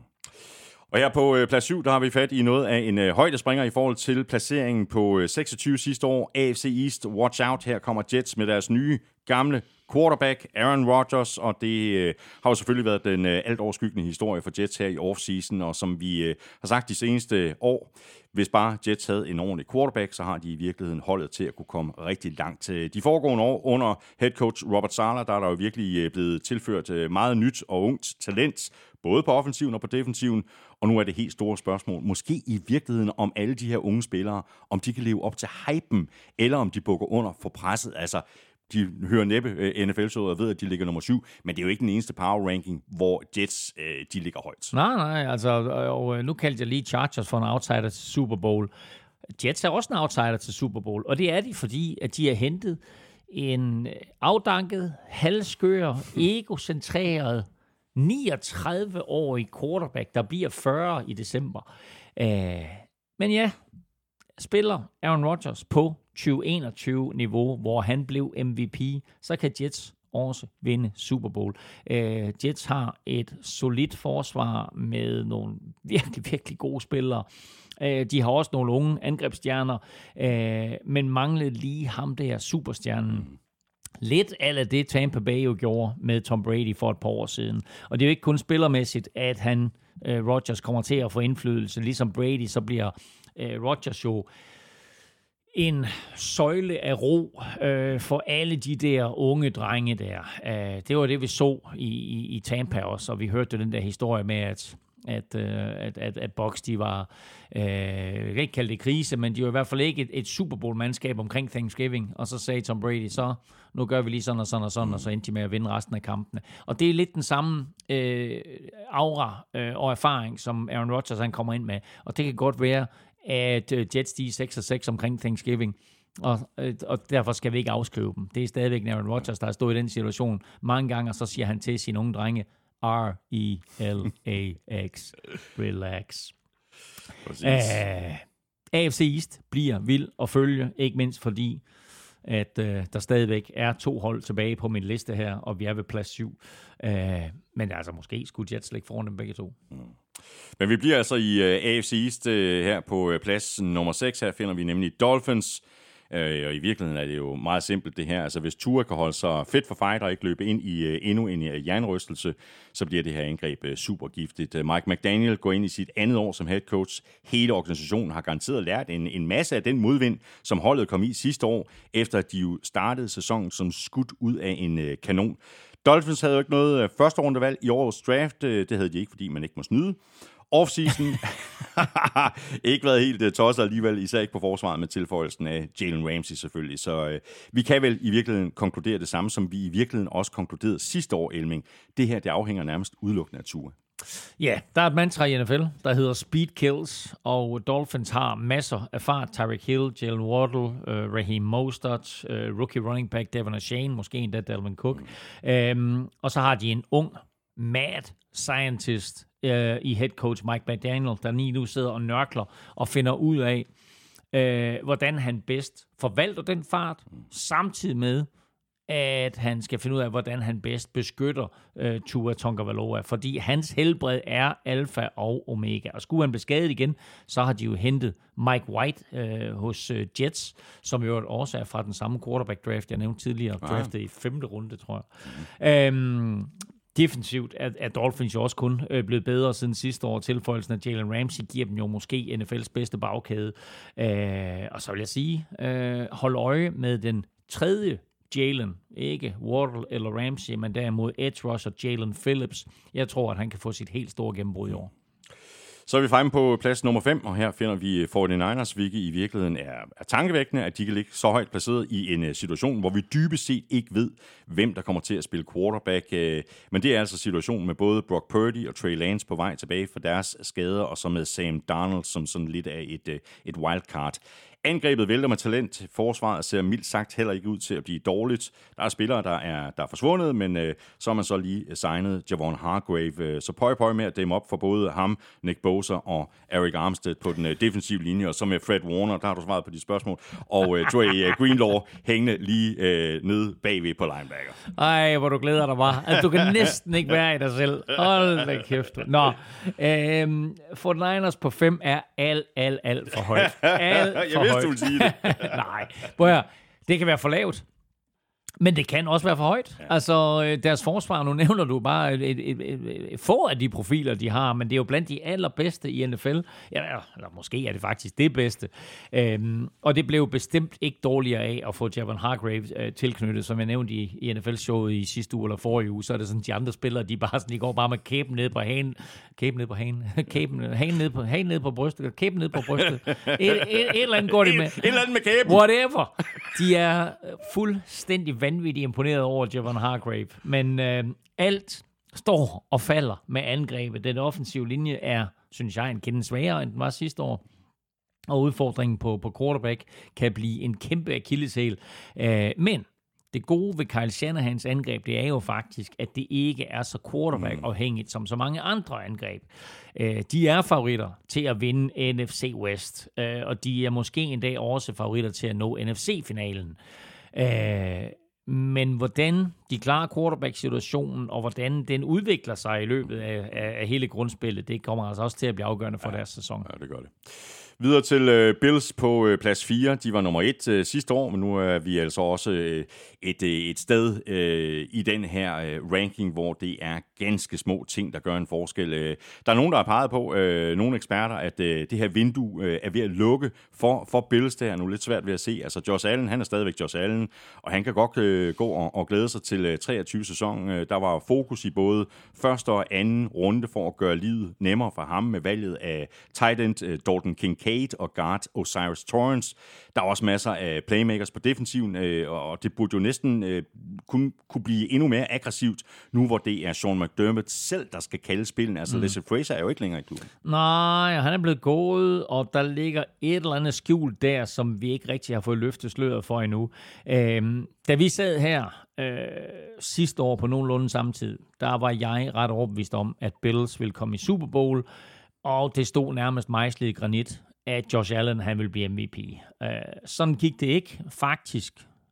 Og her på øh, plads syv, der har vi fat i noget af en øh, højdespringer i forhold til placeringen på øh, seksogtyve sidste år. A F C East, watch out. Her kommer Jets med deres nye, gamle quarterback, Aaron Rodgers, og det øh, har jo selvfølgelig været den øh, alt overskyggende historie for Jets her i offseason, og som vi øh, har sagt de seneste år, hvis bare Jets havde en ordentlig quarterback, så har de i virkeligheden holdet til at kunne komme rigtig langt. De foregående år under head coach Robert Saleh, der er der jo virkelig blevet tilført meget nyt og ungt talent, både på offensiven og på defensiven, og nu er det helt store spørgsmål, måske i virkeligheden om alle de her unge spillere, om de kan leve op til hypen, eller om de bukker under for presset. Altså, de hører næppe N F L-showet og ved, at de ligger nummer syv, men det er jo ikke den eneste power ranking, hvor Jets øh, de ligger højt. Nej, nej, altså, og nu kaldte jeg lige Chargers for en outsider til Super Bowl. Jets er også en outsider til Super Bowl, og det er de, fordi at de har hentet en afdanket, halvskør, egocentreret, niogtredive-årig quarterback, der bliver fyrre i december. Øh, men ja, spiller Aaron Rodgers på tyve enogtyve-niveau, hvor han blev M V P, så kan Jets også vinde Super Bowl. Øh, Jets har et solidt forsvar med nogle virkelig, virkelig gode spillere. Øh, de har også nogle unge angrebsstjerner, øh, men manglede lige ham der superstjernen. Lidt af det Tampa Bay jo gjorde med Tom Brady for et par år siden. Og det er jo ikke kun spillermæssigt, at han, øh, Rodgers, kommer til at få indflydelse. Ligesom Brady, så bliver øh, Rodgers jo en søjle af ro øh, for alle de der unge drenge der. Øh, det var det, vi så i, i, i Tampa også, og vi hørte den der historie med, at at, at, at, at Bucs, de var, øh, jeg kan ikke kalde det krise, men de var i hvert fald ikke et, et Super Bowl-mandskab omkring Thanksgiving, og så sagde Tom Brady, så nu gør vi lige sådan og sådan og sådan, og så endte de med at vinde resten af kampene. Og det er lidt den samme øh, aura øh, og erfaring, som Aaron Rodgers han kommer ind med, og det kan godt være, at Jets de er seks og seks omkring Thanksgiving, og, og derfor skal vi ikke afskrive dem. Det er stadigvæk Aaron Rodgers, der har stået i den situation mange gange, og så siger han til sine unge drenge, R E L A X. Relax. Uh, A F C East bliver vild at følge, ikke mindst fordi, at uh, der stadigvæk er to hold tilbage på min liste her, og vi er ved plads syv. Uh, men altså, måske skulle Jets ligge foran dem begge to. Mm. Men vi bliver altså i uh, A F C East uh, her på uh, plads nummer seks. Her finder vi nemlig Dolphins. Uh, og i virkeligheden er det jo meget simpelt det her. Altså hvis Tua kan holde sig fedt for fight og ikke løbe ind i uh, endnu en uh, jernrystelse, så bliver det her angreb uh, super giftigt. Uh, Mike McDaniel går ind i sit andet år som head coach. Hele organisationen har garanteret lært en, en masse af den modvind, som holdet kom i sidste år, efter at de jo startede sæsonen som skudt ud af en uh, kanon. Dolphins havde jo ikke noget uh, første rundevalg i årets draft. Uh, det havde de ikke, fordi man ikke må snyde. Offseason ikke været helt uh, tosset alligevel, især ikke på forsvaret med tilføjelsen af Jalen Ramsey selvfølgelig. Så uh, vi kan vel i virkeligheden konkludere det samme, som vi i virkeligheden også konkluderede sidste år, Elming. Det her, det afhænger nærmest udelukkende af Tua. Ja, der er et mantra i N F L, der hedder Speed Kills, og Dolphins har masser af fart. Tyreek Hill, Jalen Waddle, uh, Raheem Mostert, uh, rookie running back Devon Achane, måske endda Dalvin Cook. Mm. Um, og så har de en ung, mad scientist uh, i head coach Mike McDaniel, der lige nu sidder og nørkler og finder ud af, uh, hvordan han bedst forvalter den fart, samtidig med, at han skal finde ud af, hvordan han bedst beskytter uh, Tua Tagovailoa, fordi hans helbred er alfa og omega. Og skulle han blive skadet igen, så har de jo hentet Mike White uh, hos uh, Jets, som jo også er fra den samme quarterback-draft, jeg nævnte tidligere, draftet i femte runde, tror jeg. Um, Defensivt er, er Dolphins jo også kun øh, blevet bedre siden sidste år. Tilføjelsen af Jalen Ramsey giver dem jo måske N F L's bedste bagkæde. Øh, og så vil jeg sige, øh, hold øje med den tredje Jalen, ikke Waddle eller Ramsey, men derimod edge rusher Jalen Phillips. Jeg tror, at han kan få sit helt store gennembrud i år. Så er vi fremme på plads nummer fem, og her finder vi forty-niners, hvilket i virkeligheden er, er tankevækkende, at de kan ligge så højt placeret i en uh, situation, hvor vi dybest set ikke ved, hvem der kommer til at spille quarterback. Uh, men det er altså situationen med både Brock Purdy og Trey Lance på vej tilbage fra deres skader, og så med Sam Darnold som sådan lidt af et, uh, et wildcard. Angrebet vælter med talent. Forsvaret ser mildt sagt heller ikke ud til at blive dårligt. Der er spillere, der er, der er forsvundet, men øh, så har man så lige signet Javon Hargrave. Så pøj pøj med at dæmme op for både ham, Nick Bosa og Eric Armstead på den øh, defensive linje, og så med Fred Warner, der har du svaret på de spørgsmål, og øh, Dre øh, Greenlaw hængende lige øh, nede bagved på linebacker. Ej, hvor du glæder dig bare. Altså, du kan næsten ikke være i dig selv. Hold da kæft. Nå, øh, forty-niners på fem er alt, alt, alt for højt. Alt for Jeg vidste, du ville sige det. Nej, prøv her. Det kan være for lavt. Men det kan også være for højt. Ja. Altså, deres forsvar, nu nævner du bare et, et, et, et, et få af de profiler, de har, men det er jo blandt de allerbedste i N F L. Ja, eller måske er det faktisk det bedste. Øhm, og det blev bestemt ikke dårligere af at få Javon Hargrave øh, tilknyttet, som jeg nævnte i, i N F L-showet i sidste uge eller forrige uge. Så er det sådan, de andre spillere, de bare sådan, de går bare med kæben ned på hagen. Kæben ned på hagen. Kæben, hagen ned på, hagen ned på brystet. Kæben ned på brystet. Et, et, et, et eller andet går de med. Et eller andet med kæben. Whatever. De er fuldstændig vanvittigt imponeret over Javon Hargrave, men øh, alt står og falder med angrebet. Den offensive linje er, synes jeg, en kende svagere, end den var sidste år. Og udfordringen på, på quarterback kan blive en kæmpe akilleshæl. Øh, men det gode ved Kyle Shanahans angreb, det er jo faktisk, at det ikke er så quarterback-afhængigt som så mange andre angreb. Øh, de er favoritter til at vinde N F C West, øh, og de er måske en dag også favoritter til at nå N F C-finalen. Øh, Men hvordan de klarer quarterback-situationen, og hvordan den udvikler sig i løbet af, af, af hele grundspillet, det kommer altså også til at blive afgørende for ja, deres sæson. Ja, det gør det. Videre til uh, Bills på uh, plads fire. De var nummer et uh, sidste år, men nu er vi altså også uh, et, uh, et sted uh, i den her uh, ranking, hvor det er ganske små ting, der gør en forskel. Uh, der er nogen, der har peget på, uh, nogle eksperter, at uh, det her vindue uh, er ved at lukke for, for Bills. Det er nu lidt svært ved at se. Altså Josh Allen, han er stadigvæk Josh Allen, og han kan godt uh, gå og, og glæde sig til uh, treogtyve sæson. Uh, der var fokus i både første og anden runde for at gøre livet nemmere for ham med valget af tight end uh, Dalton Kincaid og guard Osiris Torrance. Der er også masser af playmakers på defensiven, og det burde jo næsten kunne, kunne blive endnu mere aggressivt, nu hvor det er Sean McDermott selv, der skal kalde spillet. Altså, mm. Leslie Frazier er jo ikke længere i klubben. Nej, han er blevet gået, og der ligger et eller andet skjult der, som vi ikke rigtig har fået løftet sløret for endnu. Øhm, da vi sad her øh, sidste år på nogenlunde samme tid, der var jeg ret overbevist om, at Bills ville komme i Super Bowl, og det stod nærmest mejslet i granit, at Josh Allen han ville blive M V P. Uh, sådan gik det ikke. Faktisk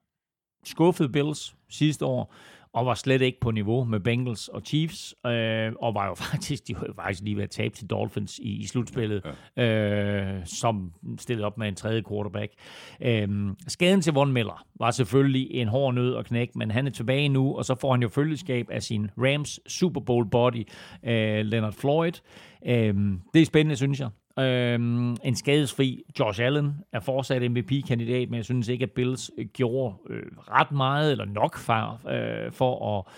skuffede Bills sidste år, og var slet ikke på niveau med Bengals og Chiefs, uh, og var jo faktisk, de var jo faktisk lige ved at tabe til Dolphins i, i slutspillet, ja. uh, som stillede op med en tredje quarterback. Uh, skaden til Von Miller var selvfølgelig en hård nød og knæk, men han er tilbage nu, og så får han jo følgeskab af sin Rams Super Bowl body, uh, Leonard Floyd. Uh, det er spændende, synes jeg. Øhm, en skadesfri Josh Allen er fortsat M V P-kandidat, men jeg synes ikke, at Bills gjorde øh, ret meget eller nok for, øh, for at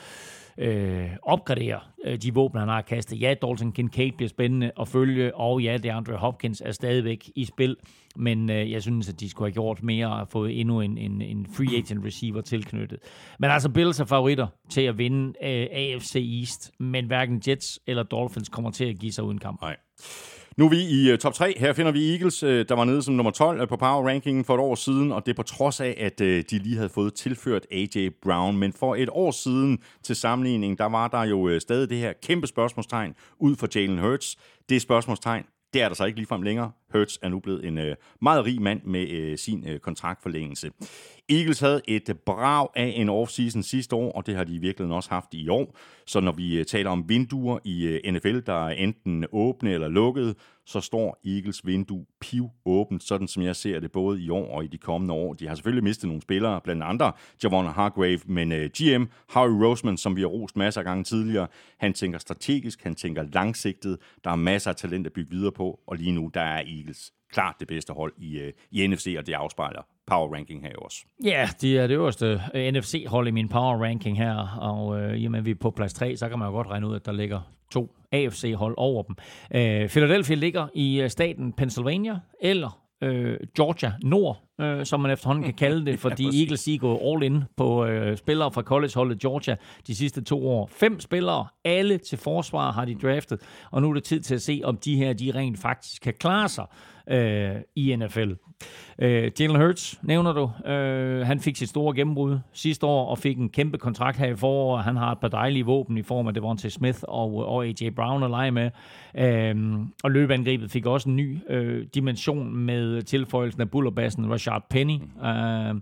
øh, opgradere øh, de våben, han har kastet. Ja, Dalton Kincaid bliver spændende at følge, og ja, DeAndre Hopkins er stadigvæk i spil, men øh, jeg synes, at de skulle have gjort mere og fået endnu en, en, en free agent receiver tilknyttet. Men altså, Bills er favoritter til at vinde øh, A F C East, men hverken Jets eller Dolphins kommer til at give sig uden kamp. Nej. Nu er vi i uh, top tre. Her finder vi Eagles, uh, der var nede som nummer tolv uh, på power rankingen for et år siden, og det er på trods af, at uh, de lige havde fået tilført A J Brown. Men for et år siden til sammenligning, der var der jo uh, stadig det her kæmpe spørgsmålstegn ud for Jalen Hurts. Det spørgsmålstegn, det er der så ikke ligefrem længere. Hurts er nu blevet en uh, meget rig mand med uh, sin uh, kontraktforlængelse. Eagles havde et brag af en offseason sidste år, og det har de i virkeligheden også haft i år. Så når vi taler om vinduer i N F L, der er enten åbne eller lukkede, så står Eagles vindue piv åbent, sådan som jeg ser det både i år og i de kommende år. De har selvfølgelig mistet nogle spillere, blandt andre Javon Hargrave, men uh, G M Howie Roseman, som vi har rost masser af gange tidligere, han tænker strategisk, han tænker langsigtet, der er masser af talent at bygge videre på, og lige nu der er Eagles klart det bedste hold i, i N F C, og det afspejler power ranking her også. Ja, de er det øverste N F C-hold i min power ranking her, og øh, i og med at vi er på plads tre, så kan man jo godt regne ud, at der ligger to A F C-hold over dem. Øh, Philadelphia ligger i staten Pennsylvania, eller øh, Georgia Nord, øh, som man efterhånden kan kalde det, fordi ja, Eagles er gået all in på øh, spillere fra collegeholdet Georgia de sidste to år. Fem spillere, alle til forsvar har de draftet, og nu er det tid til at se, om de her de rent faktisk kan klare sig øh, i N F L. Øh, Jalen Hurts nævner du. Øh, han fik sit store gennembrud sidste år og fik en kæmpe kontrakt her i foråret. Han har et par dejlige våben i form af Devontae Smith og, og A J Brown at lege med. Øh, og løbeangrebet fik også en ny øh, dimension med tilføjelsen af bullerbassen Rashard Penny. Øh,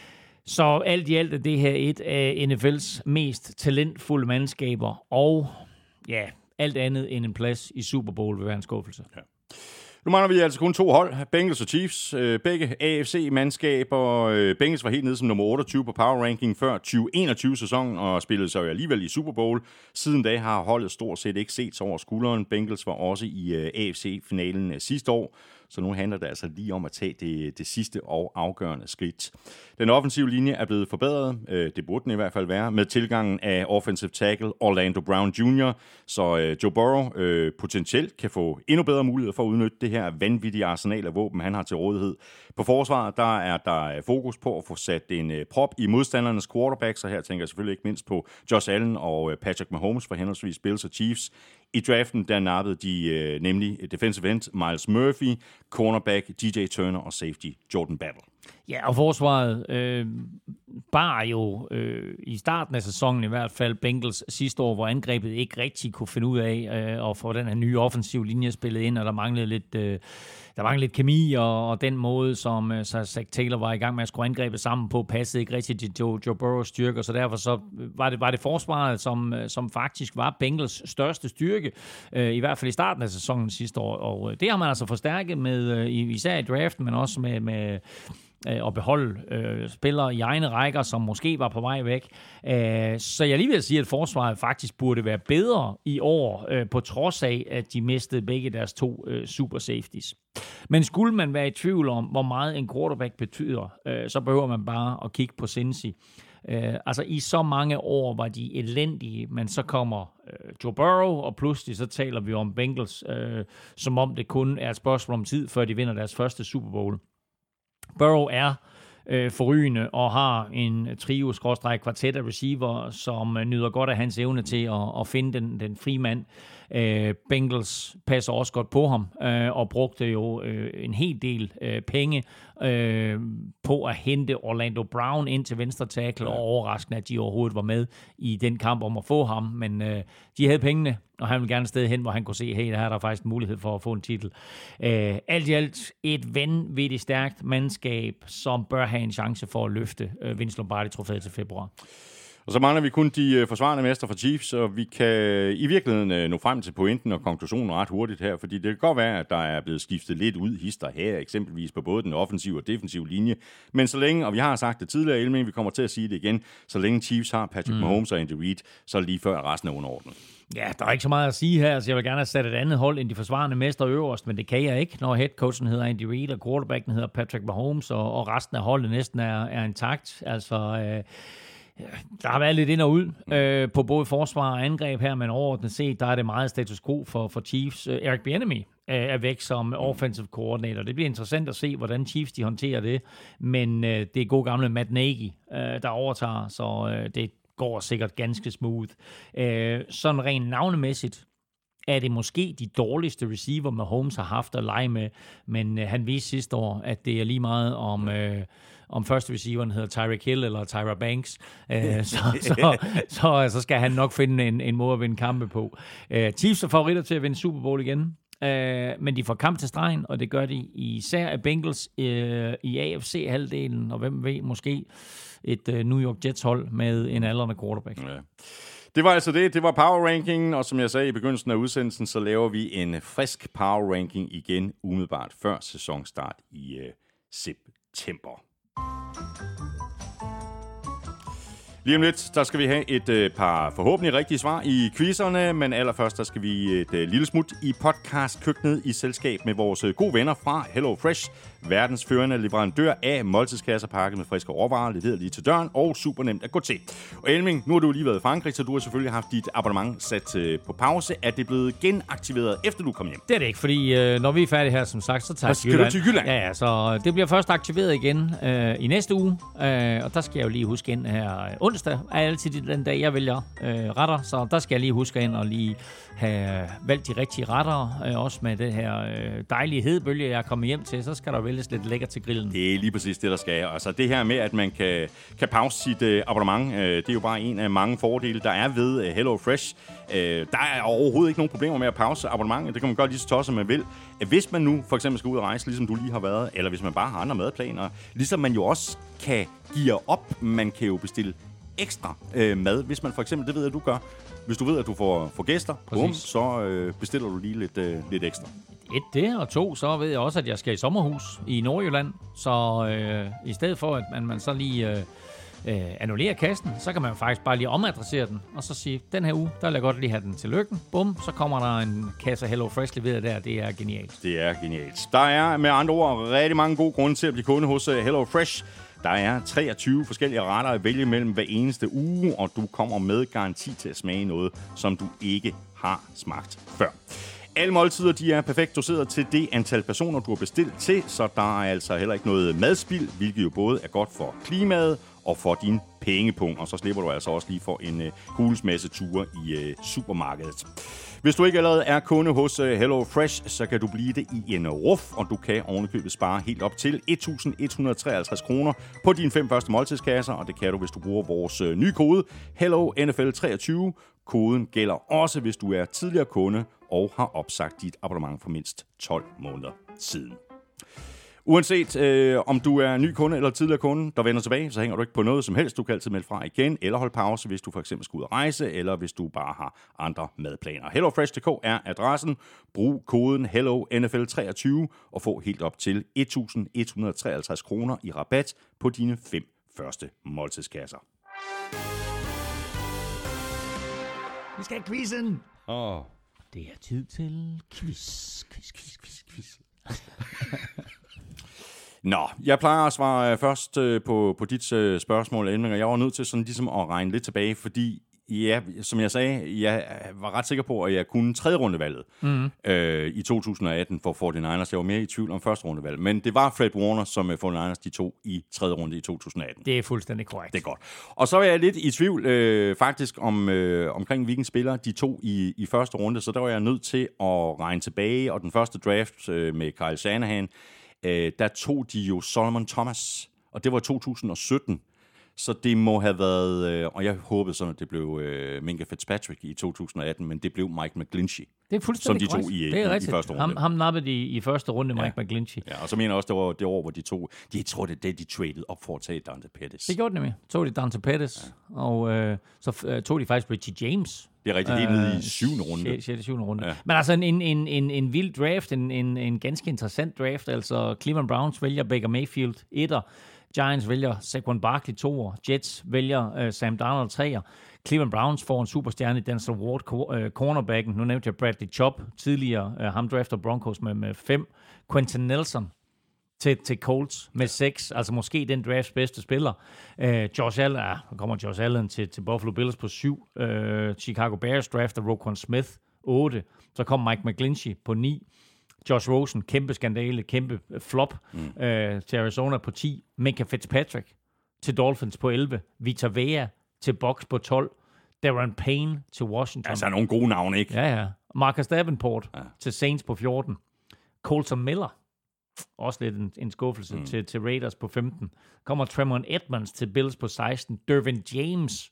så alt i alt er det her et af N F L's mest talentfulde mandskaber, og ja, alt andet end en plads i Super Bowl vil være en skuffelse. Ja. Nu mangler vi altså kun to hold, Bengals og Chiefs. Begge A F C-mandskaber. Bengals var helt nede som nummer otteogtyve på power ranking før tyve enogtyve-sæsonen og spillede sig jo alligevel i Super Bowl. Siden da har holdet stort set ikke set over skulderen. Bengals var også i A F C-finalen sidste år, så nu handler det altså lige om at tage det, det sidste og afgørende skridt. Den offensive linje er blevet forbedret, det burde den i hvert fald være, med tilgangen af offensive tackle Orlando Brown junior, så Joe Burrow øh, potentielt kan få endnu bedre mulighed for at udnytte det her vanvittige arsenal af våben, han har til rådighed. På forsvaret, der er der fokus på at få sat en prop i modstandernes quarterbacks, og her tænker jeg selvfølgelig ikke mindst på Josh Allen og Patrick Mahomes for henholdsvis Bills og Chiefs. I draften, der nappede de øh, nemlig defensive end Miles Murphy, cornerback D J Turner og safety Jordan Battle. Ja, og forsvaret øh, bar jo øh, i starten af sæsonen i hvert fald Bengals sidste år, hvor angrebet ikke rigtig kunne finde ud af øh, at få den her nye offensiv linje spillet ind, og der manglede lidt, øh, der manglede lidt kemi, og, og den måde, som øh, så Zach Taylor var i gang med at skrue angrebet sammen på, passede ikke rigtig til Joe, Joe Burrows styrke, så derfor så var det, var det forsvaret, som, som faktisk var Bengals største styrke, øh, i hvert fald i starten af sæsonen sidste år, og øh, det har man altså forstærket med, øh, især i draften, men også med, med og beholde øh, spillere i egne rækker, som måske var på vej væk. Æh, så jeg lige vil sige, at forsvaret faktisk burde være bedre i år, øh, på trods af, at de mistede begge deres to øh, super safeties. Men skulle man være i tvivl om, hvor meget en quarterback betyder, øh, så behøver man bare at kigge på Cincy. Øh, altså i så mange år var de elendige, men så kommer øh, Joe Burrow, og pludselig så taler vi om Bengals, øh, som om det kun er et spørgsmål om tid, før de vinder deres første Super Bowl. Burrow er øh, forrygende og har en trio-kvartet af receiver, som øh, nyder godt af hans evne til at, at finde den, den frie mand. Øh, Bengals passer også godt på ham øh, og brugte jo øh, en hel del øh, penge øh, på at hente Orlando Brown ind til venstre tackle, og overraskende, at de overhovedet var med i den kamp om at få ham, men øh, de havde pengene, og han ville gerne et sted hen, hvor han kunne se, hey, der er der faktisk en mulighed for at få en titel. Øh, alt i alt et vanvittigt stærkt mandskab, som bør have en chance for at løfte øh, Vince Lombardi-trofæet til februar. Og så mangler vi kun de forsvarende mestre for Chiefs, og vi kan i virkeligheden nå frem til pointen og konklusionen ret hurtigt her, fordi det kan godt være, at der er blevet skiftet lidt ud hister her, eksempelvis på både den offensive og defensive linje. Men så længe, og vi har sagt det tidligere, Elming, vi kommer til at sige det igen, så længe Chiefs har Patrick mm. Mahomes og Andy Reid, så lige før resten er underordnet. Ja, der er ikke så meget at sige her, så jeg vil gerne have sat et andet hold end de forsvarende mestre øverst, men det kan jeg ikke, når headcoachen hedder Andy Reid, og quarterbacken hedder Patrick Mahomes, og, og resten af holdet næsten er, er intakt. Altså, øh, der har været lidt ind og ud øh, på både forsvar og angreb her, men overordnet set, der er det meget status quo for, for Chiefs. Uh, Eric Bieniemy uh, er væk som offensive coordinator. Det bliver interessant at se, hvordan Chiefs de håndterer det, men uh, det er god gamle Matt Nagy, uh, der overtager, så uh, det går sikkert ganske smooth. Uh, sådan rent navnemæssigt er det måske de dårligste receiver, Mahomes har haft at lege med, men uh, han viste sidste år, at det er lige meget om... Uh, om første receiveren hedder Tyreek Hill eller Tyra Banks, øh, så, så, så, så skal han nok finde en, en måde at vinde kampe på. Øh, Chiefs er favoritter til at vinde Super Bowl igen, øh, men de får kamp til stregen, og det gør de især af Bengals øh, i A F C-halvdelen, og hvem ved, måske et øh, New York Jets-hold med en aldrende quarterback. Ja. Det var altså det. Det var Power Rankingen, og som jeg sagde i begyndelsen af udsendelsen, så laver vi en frisk Power Ranking igen umiddelbart før sæsonstart i øh, september. Lige om lidt, der skal vi have et øh, par forhåbentlig rigtige svar i quizzerne, men allerførst, der skal vi et øh, lille smut i podcast-køkkenet i selskab med vores øh, gode venner fra HelloFresh, verdens førende leverandør af måltidskasser pakket med friske råvarer, leveret lige til døren og super nemt at gå til. Og Elming, nu har du lige været i Frankrig, så du har selvfølgelig haft dit abonnement sat øh, på pause. Er det blevet genaktiveret, efter du kom hjem? Det er det ikke, fordi øh, når vi er færdige her, som sagt, så tager jeg til Jylland. til Jylland. Ja, ja, så det bliver først aktiveret igen øh, i næste uge, øh, og der skal jeg jo lige huske ind her øh, onsdag, er altid den dag, jeg vælger øh, retter, så der skal jeg lige huske ind og lige have valgt de rigtige retter, øh, også med det her øh, dejlige hedebølge, jeg er kommet hjem til, så skal der vælges lidt lækkert til grillen. Det er lige præcis det, der skal. Altså det her med, at man kan, kan pause sit øh, abonnement, øh, det er jo bare en af mange fordele, der er ved øh, HelloFresh. Øh, der er overhovedet ikke nogen problemer med at pause abonnementet. Det kan man gøre lige så tosset, man vil. Hvis man nu for eksempel skal ud og rejse, ligesom du lige har været, eller hvis man bare har andre madplaner, ligesom man jo også kan geare op, man kan jo bestille ekstra øh, mad, hvis man for eksempel, det ved jeg, du gør, hvis du ved, at du får, får gæster, boom, så øh, bestiller du lige lidt, øh, lidt ekstra. Et det, og to, så ved jeg også, at jeg skal i sommerhus i Nordjylland, så øh, i stedet for, at man, man så lige øh, øh, annullerer kassen, så kan man faktisk bare lige omadressere den, og så sige, den her uge, der vil jeg godt lige have den til lykken. Bum, så kommer der en kasse HelloFresh leveret der, det er genialt. Det er genialt. Der er med andre ord rigtig mange gode grunde til at blive kunde hos HelloFresh. Der er treogtyve forskellige retter at vælge mellem hver eneste uge, og du kommer med garanti til at smage noget, som du ikke har smagt før. Alle måltider, de er perfekt doseret til det antal personer, du har bestilt til, så der er altså heller ikke noget madspild, hvilket jo både er godt for klimaet og for din pengepunkt, og så slipper du altså også lige for en uh, hulens masse ture i uh, supermarkedet. Hvis du ikke allerede er kunde hos uh, HelloFresh, så kan du blive det i en ruf, og du kan ovenikøbet spare helt op til et tusind et hundrede treoghalvtreds kroner på dine fem første måltidskasser, og det kan du, hvis du bruger vores uh, nye kode, Hello N F L treogtyve. Koden gælder også, hvis du er tidligere kunde og har opsagt dit abonnement for mindst tolv måneder siden. Uanset øh, om du er ny kunde eller tidligere kunde, der vender tilbage, så hænger du ikke på noget som helst. Du kan altid melde fra igen eller holde pause, hvis du for eksempel skal ud og rejse, eller hvis du bare har andre madplaner. HelloFresh punktum d k er adressen. Brug koden Hello N F L treogtyve og få helt op til et tusind et hundrede treoghalvtreds kroner i rabat på dine fem første måltidskasser. Vi skal have quizzen! Åh. Oh. Det er tid til quiz, quiz, quiz, quiz, quiz. Nå, jeg plejer at svare først øh, på, på dit øh, spørgsmål, Elming, og jeg var nødt til sådan ligesom at regne lidt tilbage, fordi ja, som jeg sagde, jeg var ret sikker på, at jeg kunne tredje rundevalget mm. øh, i to tusind og atten for forty-niners. Jeg var mere i tvivl om første rundevalg, men det var Fred Warner, som forty-niners de tog i tredje runde i to tusind og atten. Det er fuldstændig korrekt. Det er godt. Og så var jeg lidt i tvivl øh, faktisk om øh, omkring hvilken spiller de tog i, i første runde, så der var jeg nødt til at regne tilbage, og den første draft øh, med Kyle Shanahan, øh, der tog de jo Solomon Thomas, og det var to tusind og sytten. Så det må have været, øh, og jeg håbede sådan, at det blev øh, Minkah Fitzpatrick i to tusind og atten, men det blev Mike McGlinchey. Det er fuldstændig som de tog i, det er i, i første runde. Ham, ham nappede de i første runde, Mike ja. McGlinchey. Ja, og så mener jeg også, det var det år, hvor de tog, de tror det, det de traded op for at tage Dante Pettis. Det gjorde de nemlig. Tog de Dante Pettis, ja. og øh, så øh, tog de faktisk Richie James. Det er rigtigt, det er nede i syvende runde. sjette syvende runde. Ja. Men altså en, en, en, en vild draft, en, en, en ganske interessant draft. Altså Cleveland Browns vælger Baker Mayfield etter. Giants vælger Saquon Barkley toer. Jets vælger uh, Sam Darnold treer. Cleveland Browns får en superstjerne i Denzel Ward, uh, cornerbacken. Nu nævnte jeg Bradley Chubb tidligere. Uh, ham drafter Broncos med, med fem. Quentin Nelson til, til Colts med seks. Altså måske den drafts bedste spiller. Uh, Josh Allen, ah, så kommer Josh Allen til, til Buffalo Bills på syv. Uh, Chicago Bears drafter Roquan Smith otte. Så kommer Mike McGlinchey på ni. Josh Rosen, kæmpe skandale, kæmpe flop mm. øh, til Arizona på ti. Minkah Fitzpatrick til Dolphins på elleve. Vita Vea til Bucks på tolv. Darren Payne til Washington. Altså nogle gode navne, ikke? Ja, ja. Marcus Davenport ja. til Saints på fjorten. Colton Miller, også lidt en, en skuffelse, mm. til, til Raiders på femten. Kommer Tremont Edmonds til Bills på seksten. Dervin James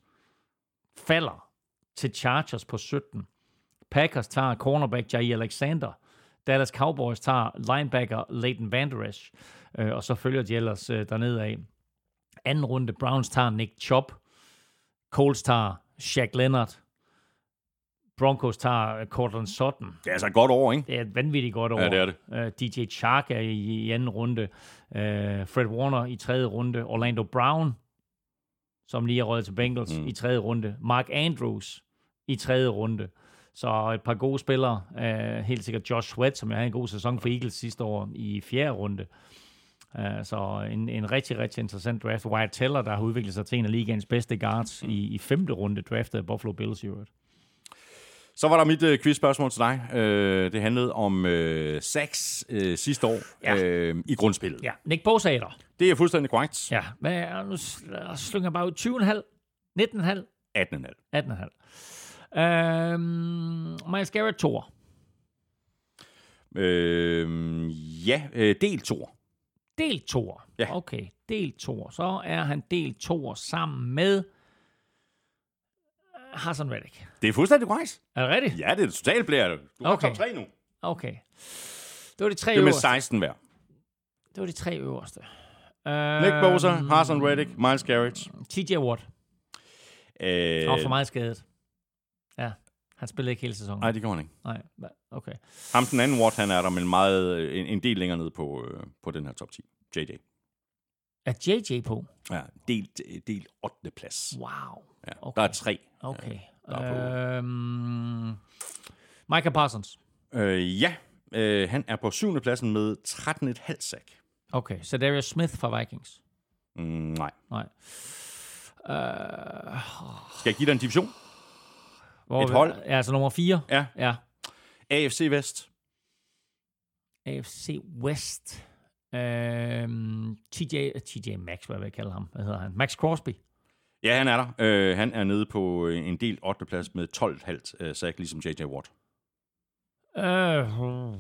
falder til Chargers på sytten. Packers tager cornerback Jair Alexander. Dallas Cowboys tager linebacker Leighton Vander Esch, øh, og så følger de ellers øh, dernede af. Anden runde, Browns tager Nick Chubb. Colts tager Shaq Leonard. Broncos tager Cortland Sutton. Det er altså et godt år, ikke? Det er et vanvittigt godt år. Ja, det er det. Uh, D J Chark er i, i anden runde. Uh, Fred Warner i tredje runde. Orlando Brown som lige er røget til Bengals mm. i tredje runde. Mark Andrews i tredje runde. Så et par gode spillere. Uh, helt sikkert Josh Sweat, som jeg havde en god sæson for Eagles sidste år i fjerde runde. Uh, så en, en rigtig, rigtig interessant draft. Wyatt Teller, der har udviklet sig til en af ligaens bedste guards mm. i, i femte runde, draftet af Buffalo Bills i øvrigt. Så var der mit uh, quiz-spørgsmål til dig. Uh, det handlede om uh, sacks uh, sidste år ja. uh, i grundspillet. Ja, Nick Bosa er der. Det er fuldstændig korrekt. Ja, men nu slynger jeg bare ud tyve komma fem, nitten komma fem, atten komma fem. atten komma fem. Øhm, Myles Garrett toer. Øhm, ja, øh, del toer. Del toer? Ja. Okay, del toer. Så er han del toer sammen med Hassan Reddick. Det er fuldstændig korrekt. Er det rigtigt? Ja, det er totalt bliver det. Du har okay. top tre nu. Okay. Det var de tre øverste. Det er med øverste. seksten hver. Det var de tre øverste. Nick Bosa, Hassan Reddick, Myles Garrett. T J Watt. Øh... Og for meget skadet. Ja, han spillede ikke hele sæsonen. Nej, det gjorde han ikke. Nej, okay. Ham den anden Watt, han er der, men meget, en, en del længere ned på, øh, på den her top ti. J J. Er J J på? Ja, delt, delt ottende plads. Wow. Ja, okay. der er tre. Okay. Der er øhm, Micah Parsons. Øh, ja, øh, han er på syvende pladsen med tretten komma fem sack. Okay, så Darius Smith fra Vikings? Mm, nej. Nej. Uh, Skal jeg give dig en division? Hvor Et hold? Ja, altså nummer fire? Ja. ja. A F C Vest. A F C West. Øhm, T J, T J Maxx, hvad vil jeg kalde ham? Hvad hedder han? Max Crosby? Ja, han er der. Øh, han er nede på en del ottende plads med tolv komma fem uh, sack, ligesom J J Watt. Øh,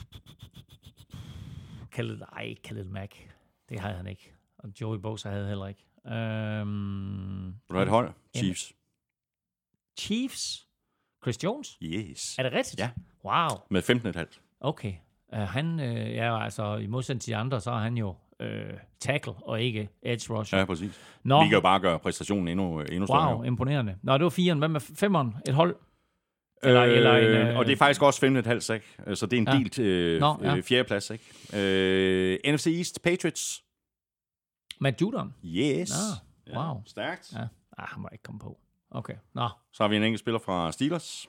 Khaled, ej, Khaled Mack. Det havde han ikke. Og Joey Bosa havde heller ikke. Øhm, Vil du have et hold? Chiefs. Chiefs? Chris Jones? Yes. Er det rigtigt? Ja. Wow. Med femten komma fem. Okay. Uh, han, uh, ja, altså i modsætning til de andre, så er han jo uh, tackle og ikke edge rusher. Ja, præcis. Nå. Vi kan jo bare gøre præstationen endnu, endnu større. Wow, imponerende. Nå, det var firen. Hvad med femmeren? Et hold? Eller, øh, eller en, øh, og det er faktisk også femten komma fem sack, så det er en ja. delt øh, Nå, ja. fjerdeplads, ikke? Øh, N F C East, Patriots. Matt Judon? Yes. Nå, wow. Ja, stærkt. Ja. Ah, han må ikke komme på. Okay, nå. Så har vi en enkelt spiller fra Steelers.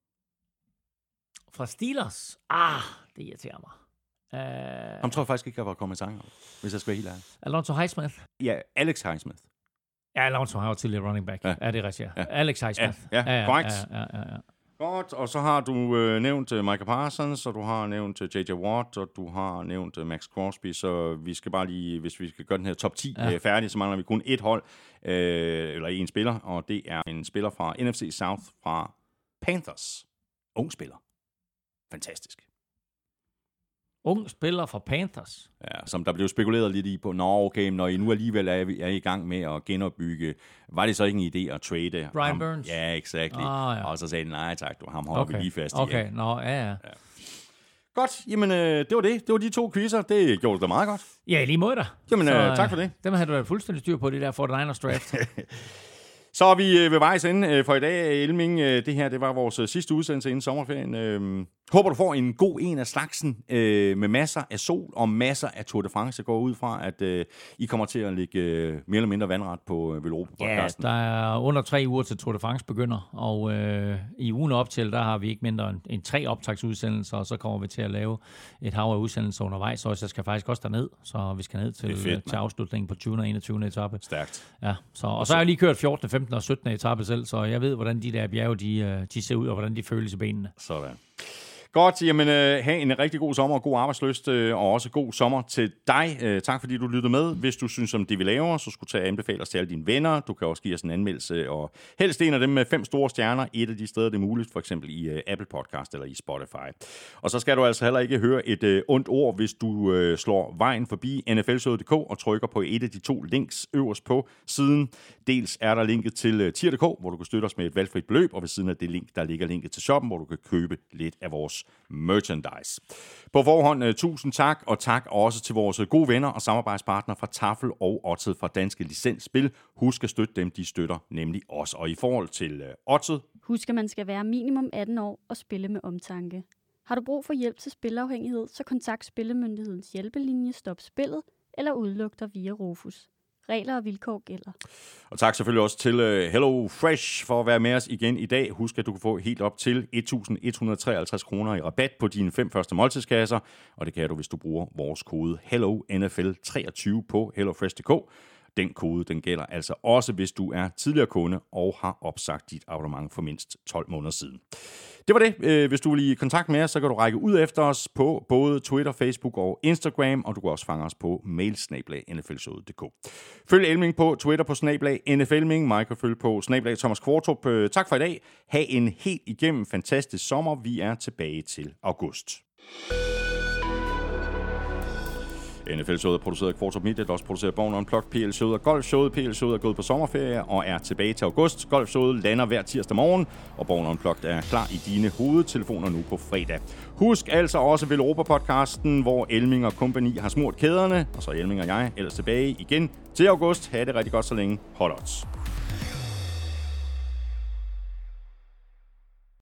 Fra Steelers? Ah, det irriterer mig. Uh, Ham tror jeg faktisk ikke, jeg var kommet i sang om, hvis jeg skal være helt ærlig. Alonso Highsmith? Ja, Alex Highsmith. Ja, Alonso har jo tidligere running back. Ja, ja det er rigtigt, ja. ja. Alex Highsmith. Ja, ja, ja korrekt. Ja, ja, ja, ja. Godt, og så har du øh, nævnt uh, Micah Parsons, og du har nævnt uh, J J Watt, og du har nævnt uh, Max Crosby, så vi skal bare lige, hvis vi skal gøre den her top ti ja. øh, færdig, så mangler vi kun et hold, øh, eller en spiller, og det er en spiller fra N F C South fra Panthers. Ung spiller. Fantastisk. Ung spiller fra Panthers. Ja, som der blev spekuleret lidt i på, nå okay, når I nu alligevel er, er i gang med at genopbygge, var det så ikke en idé at trade Brian ham? Burns? Ja, exactly. Ah, ja. Og så sagde de, nej tak, du, ham holder okay. vi lige fast i. Okay, nå, ja, ja. ja. Godt, jamen øh, det var det. Det var de to quizzer. Det gjorde du da meget godt. Ja, lige mod dig. Jamen, så, øh, tak for det. Dem havde du da fuldstændig styr på, det der forty-niners draft. Så er vi ved vejs ende for i dag, Elming. Det her, det var vores sidste udsendelse inden sommerferien. Håber, du får en god en af slagsen med masser af sol og masser af Tour de France. Jeg går ud fra, at I kommer til at ligge mere eller mindre vandret på Velropa-podcasten. Ja, der er under tre uger til Tour de France begynder, og øh, i ugen op til, der har vi ikke mindre end, end tre optagsudsendelser, og så kommer vi til at lave et hav af udsendelser undervejs. Så jeg skal faktisk også derned, så vi skal ned til, fedt, til afslutningen på tyvende og enogtyvende etape. Stærkt. Ja, så, og så har jeg lige kørt fjortende, femtende og syttende etape selv, så jeg ved, hvordan de der bjerge, de, de ser ud, og hvordan de føles i benene. Sådan. Godt, jamen øh, have en rigtig god sommer og god arbejdsløst, øh, og også god sommer til dig. Øh, tak fordi du lyttede med. Hvis du synes om det, vi laver, så skulle tage anbefale os til alle dine venner. Du kan også give os en anmeldelse, og helst en af dem med fem store stjerner. Et af de steder, det er muligt, for eksempel i øh, Apple Podcast eller i Spotify. Og så skal du altså heller ikke høre et øh, ondt ord, hvis du øh, slår vejen forbi N F L showet punktum d k og trykker på et af de to links øverst på siden. Dels er der linket til øh, tier punktum d k, hvor du kan støtte os med et valgfrit beløb, og ved siden af det link, der ligger linket til shoppen, hvor du kan købe lidt af vores merchandise. På forhånd, uh, tusind tak, og tak også til vores gode venner og samarbejdspartnere fra Tafel og Odset fra Danske Licensspil. Husk at støtte dem, de støtter nemlig os. Og i forhold til uh, Odset... Husk, at man skal være minimum atten år og spille med omtanke. Har du brug for hjælp til spilafhængighed, så kontakt Spillemyndighedens hjælpelinje Stop Spillet eller udluk dig via Rufus. Regler og vilkår gælder. Og tak selvfølgelig også til uh, Hello Fresh for at være med os igen i dag. Husk, at du kan få helt op til et tusind et hundrede treoghalvtreds kroner i rabat på dine fem første måltidskasser. Og det kan du, hvis du bruger vores kode Hello N F L treogtyve på hellofresh punktum d k. Den kode, den gælder altså også, hvis du er tidligere kunde og har opsagt dit abonnement for mindst tolv måneder siden. Det var det. Hvis du vil i kontakt med os, så kan du række ud efter os på både Twitter, Facebook og Instagram, og du kan også fange os på mail snabel-a n f l showet punktum d k. Følg Elming på Twitter på snabel-a N F L Ming. Mig kan følge på snabel-a Thomas Kvartrup. Tak for i dag. Ha' en helt igennem fantastisk sommer. Vi er tilbage til august. N F L-showet er produceret af Kvartrup Media, der også producerer Born Unplugged, P L-showet og Golf-showet. P L-showet er gået på sommerferie og er tilbage til august. Golf-showet lander hver tirsdag morgen, og Born Unplugged er klar i dine hovedtelefoner nu på fredag. Husk altså også Velropa-podcasten, hvor Elming og kompagni har smurt kæderne, og så er Elming og jeg ellers tilbage igen til august. Ha' det rigtig godt så længe. Hold odds.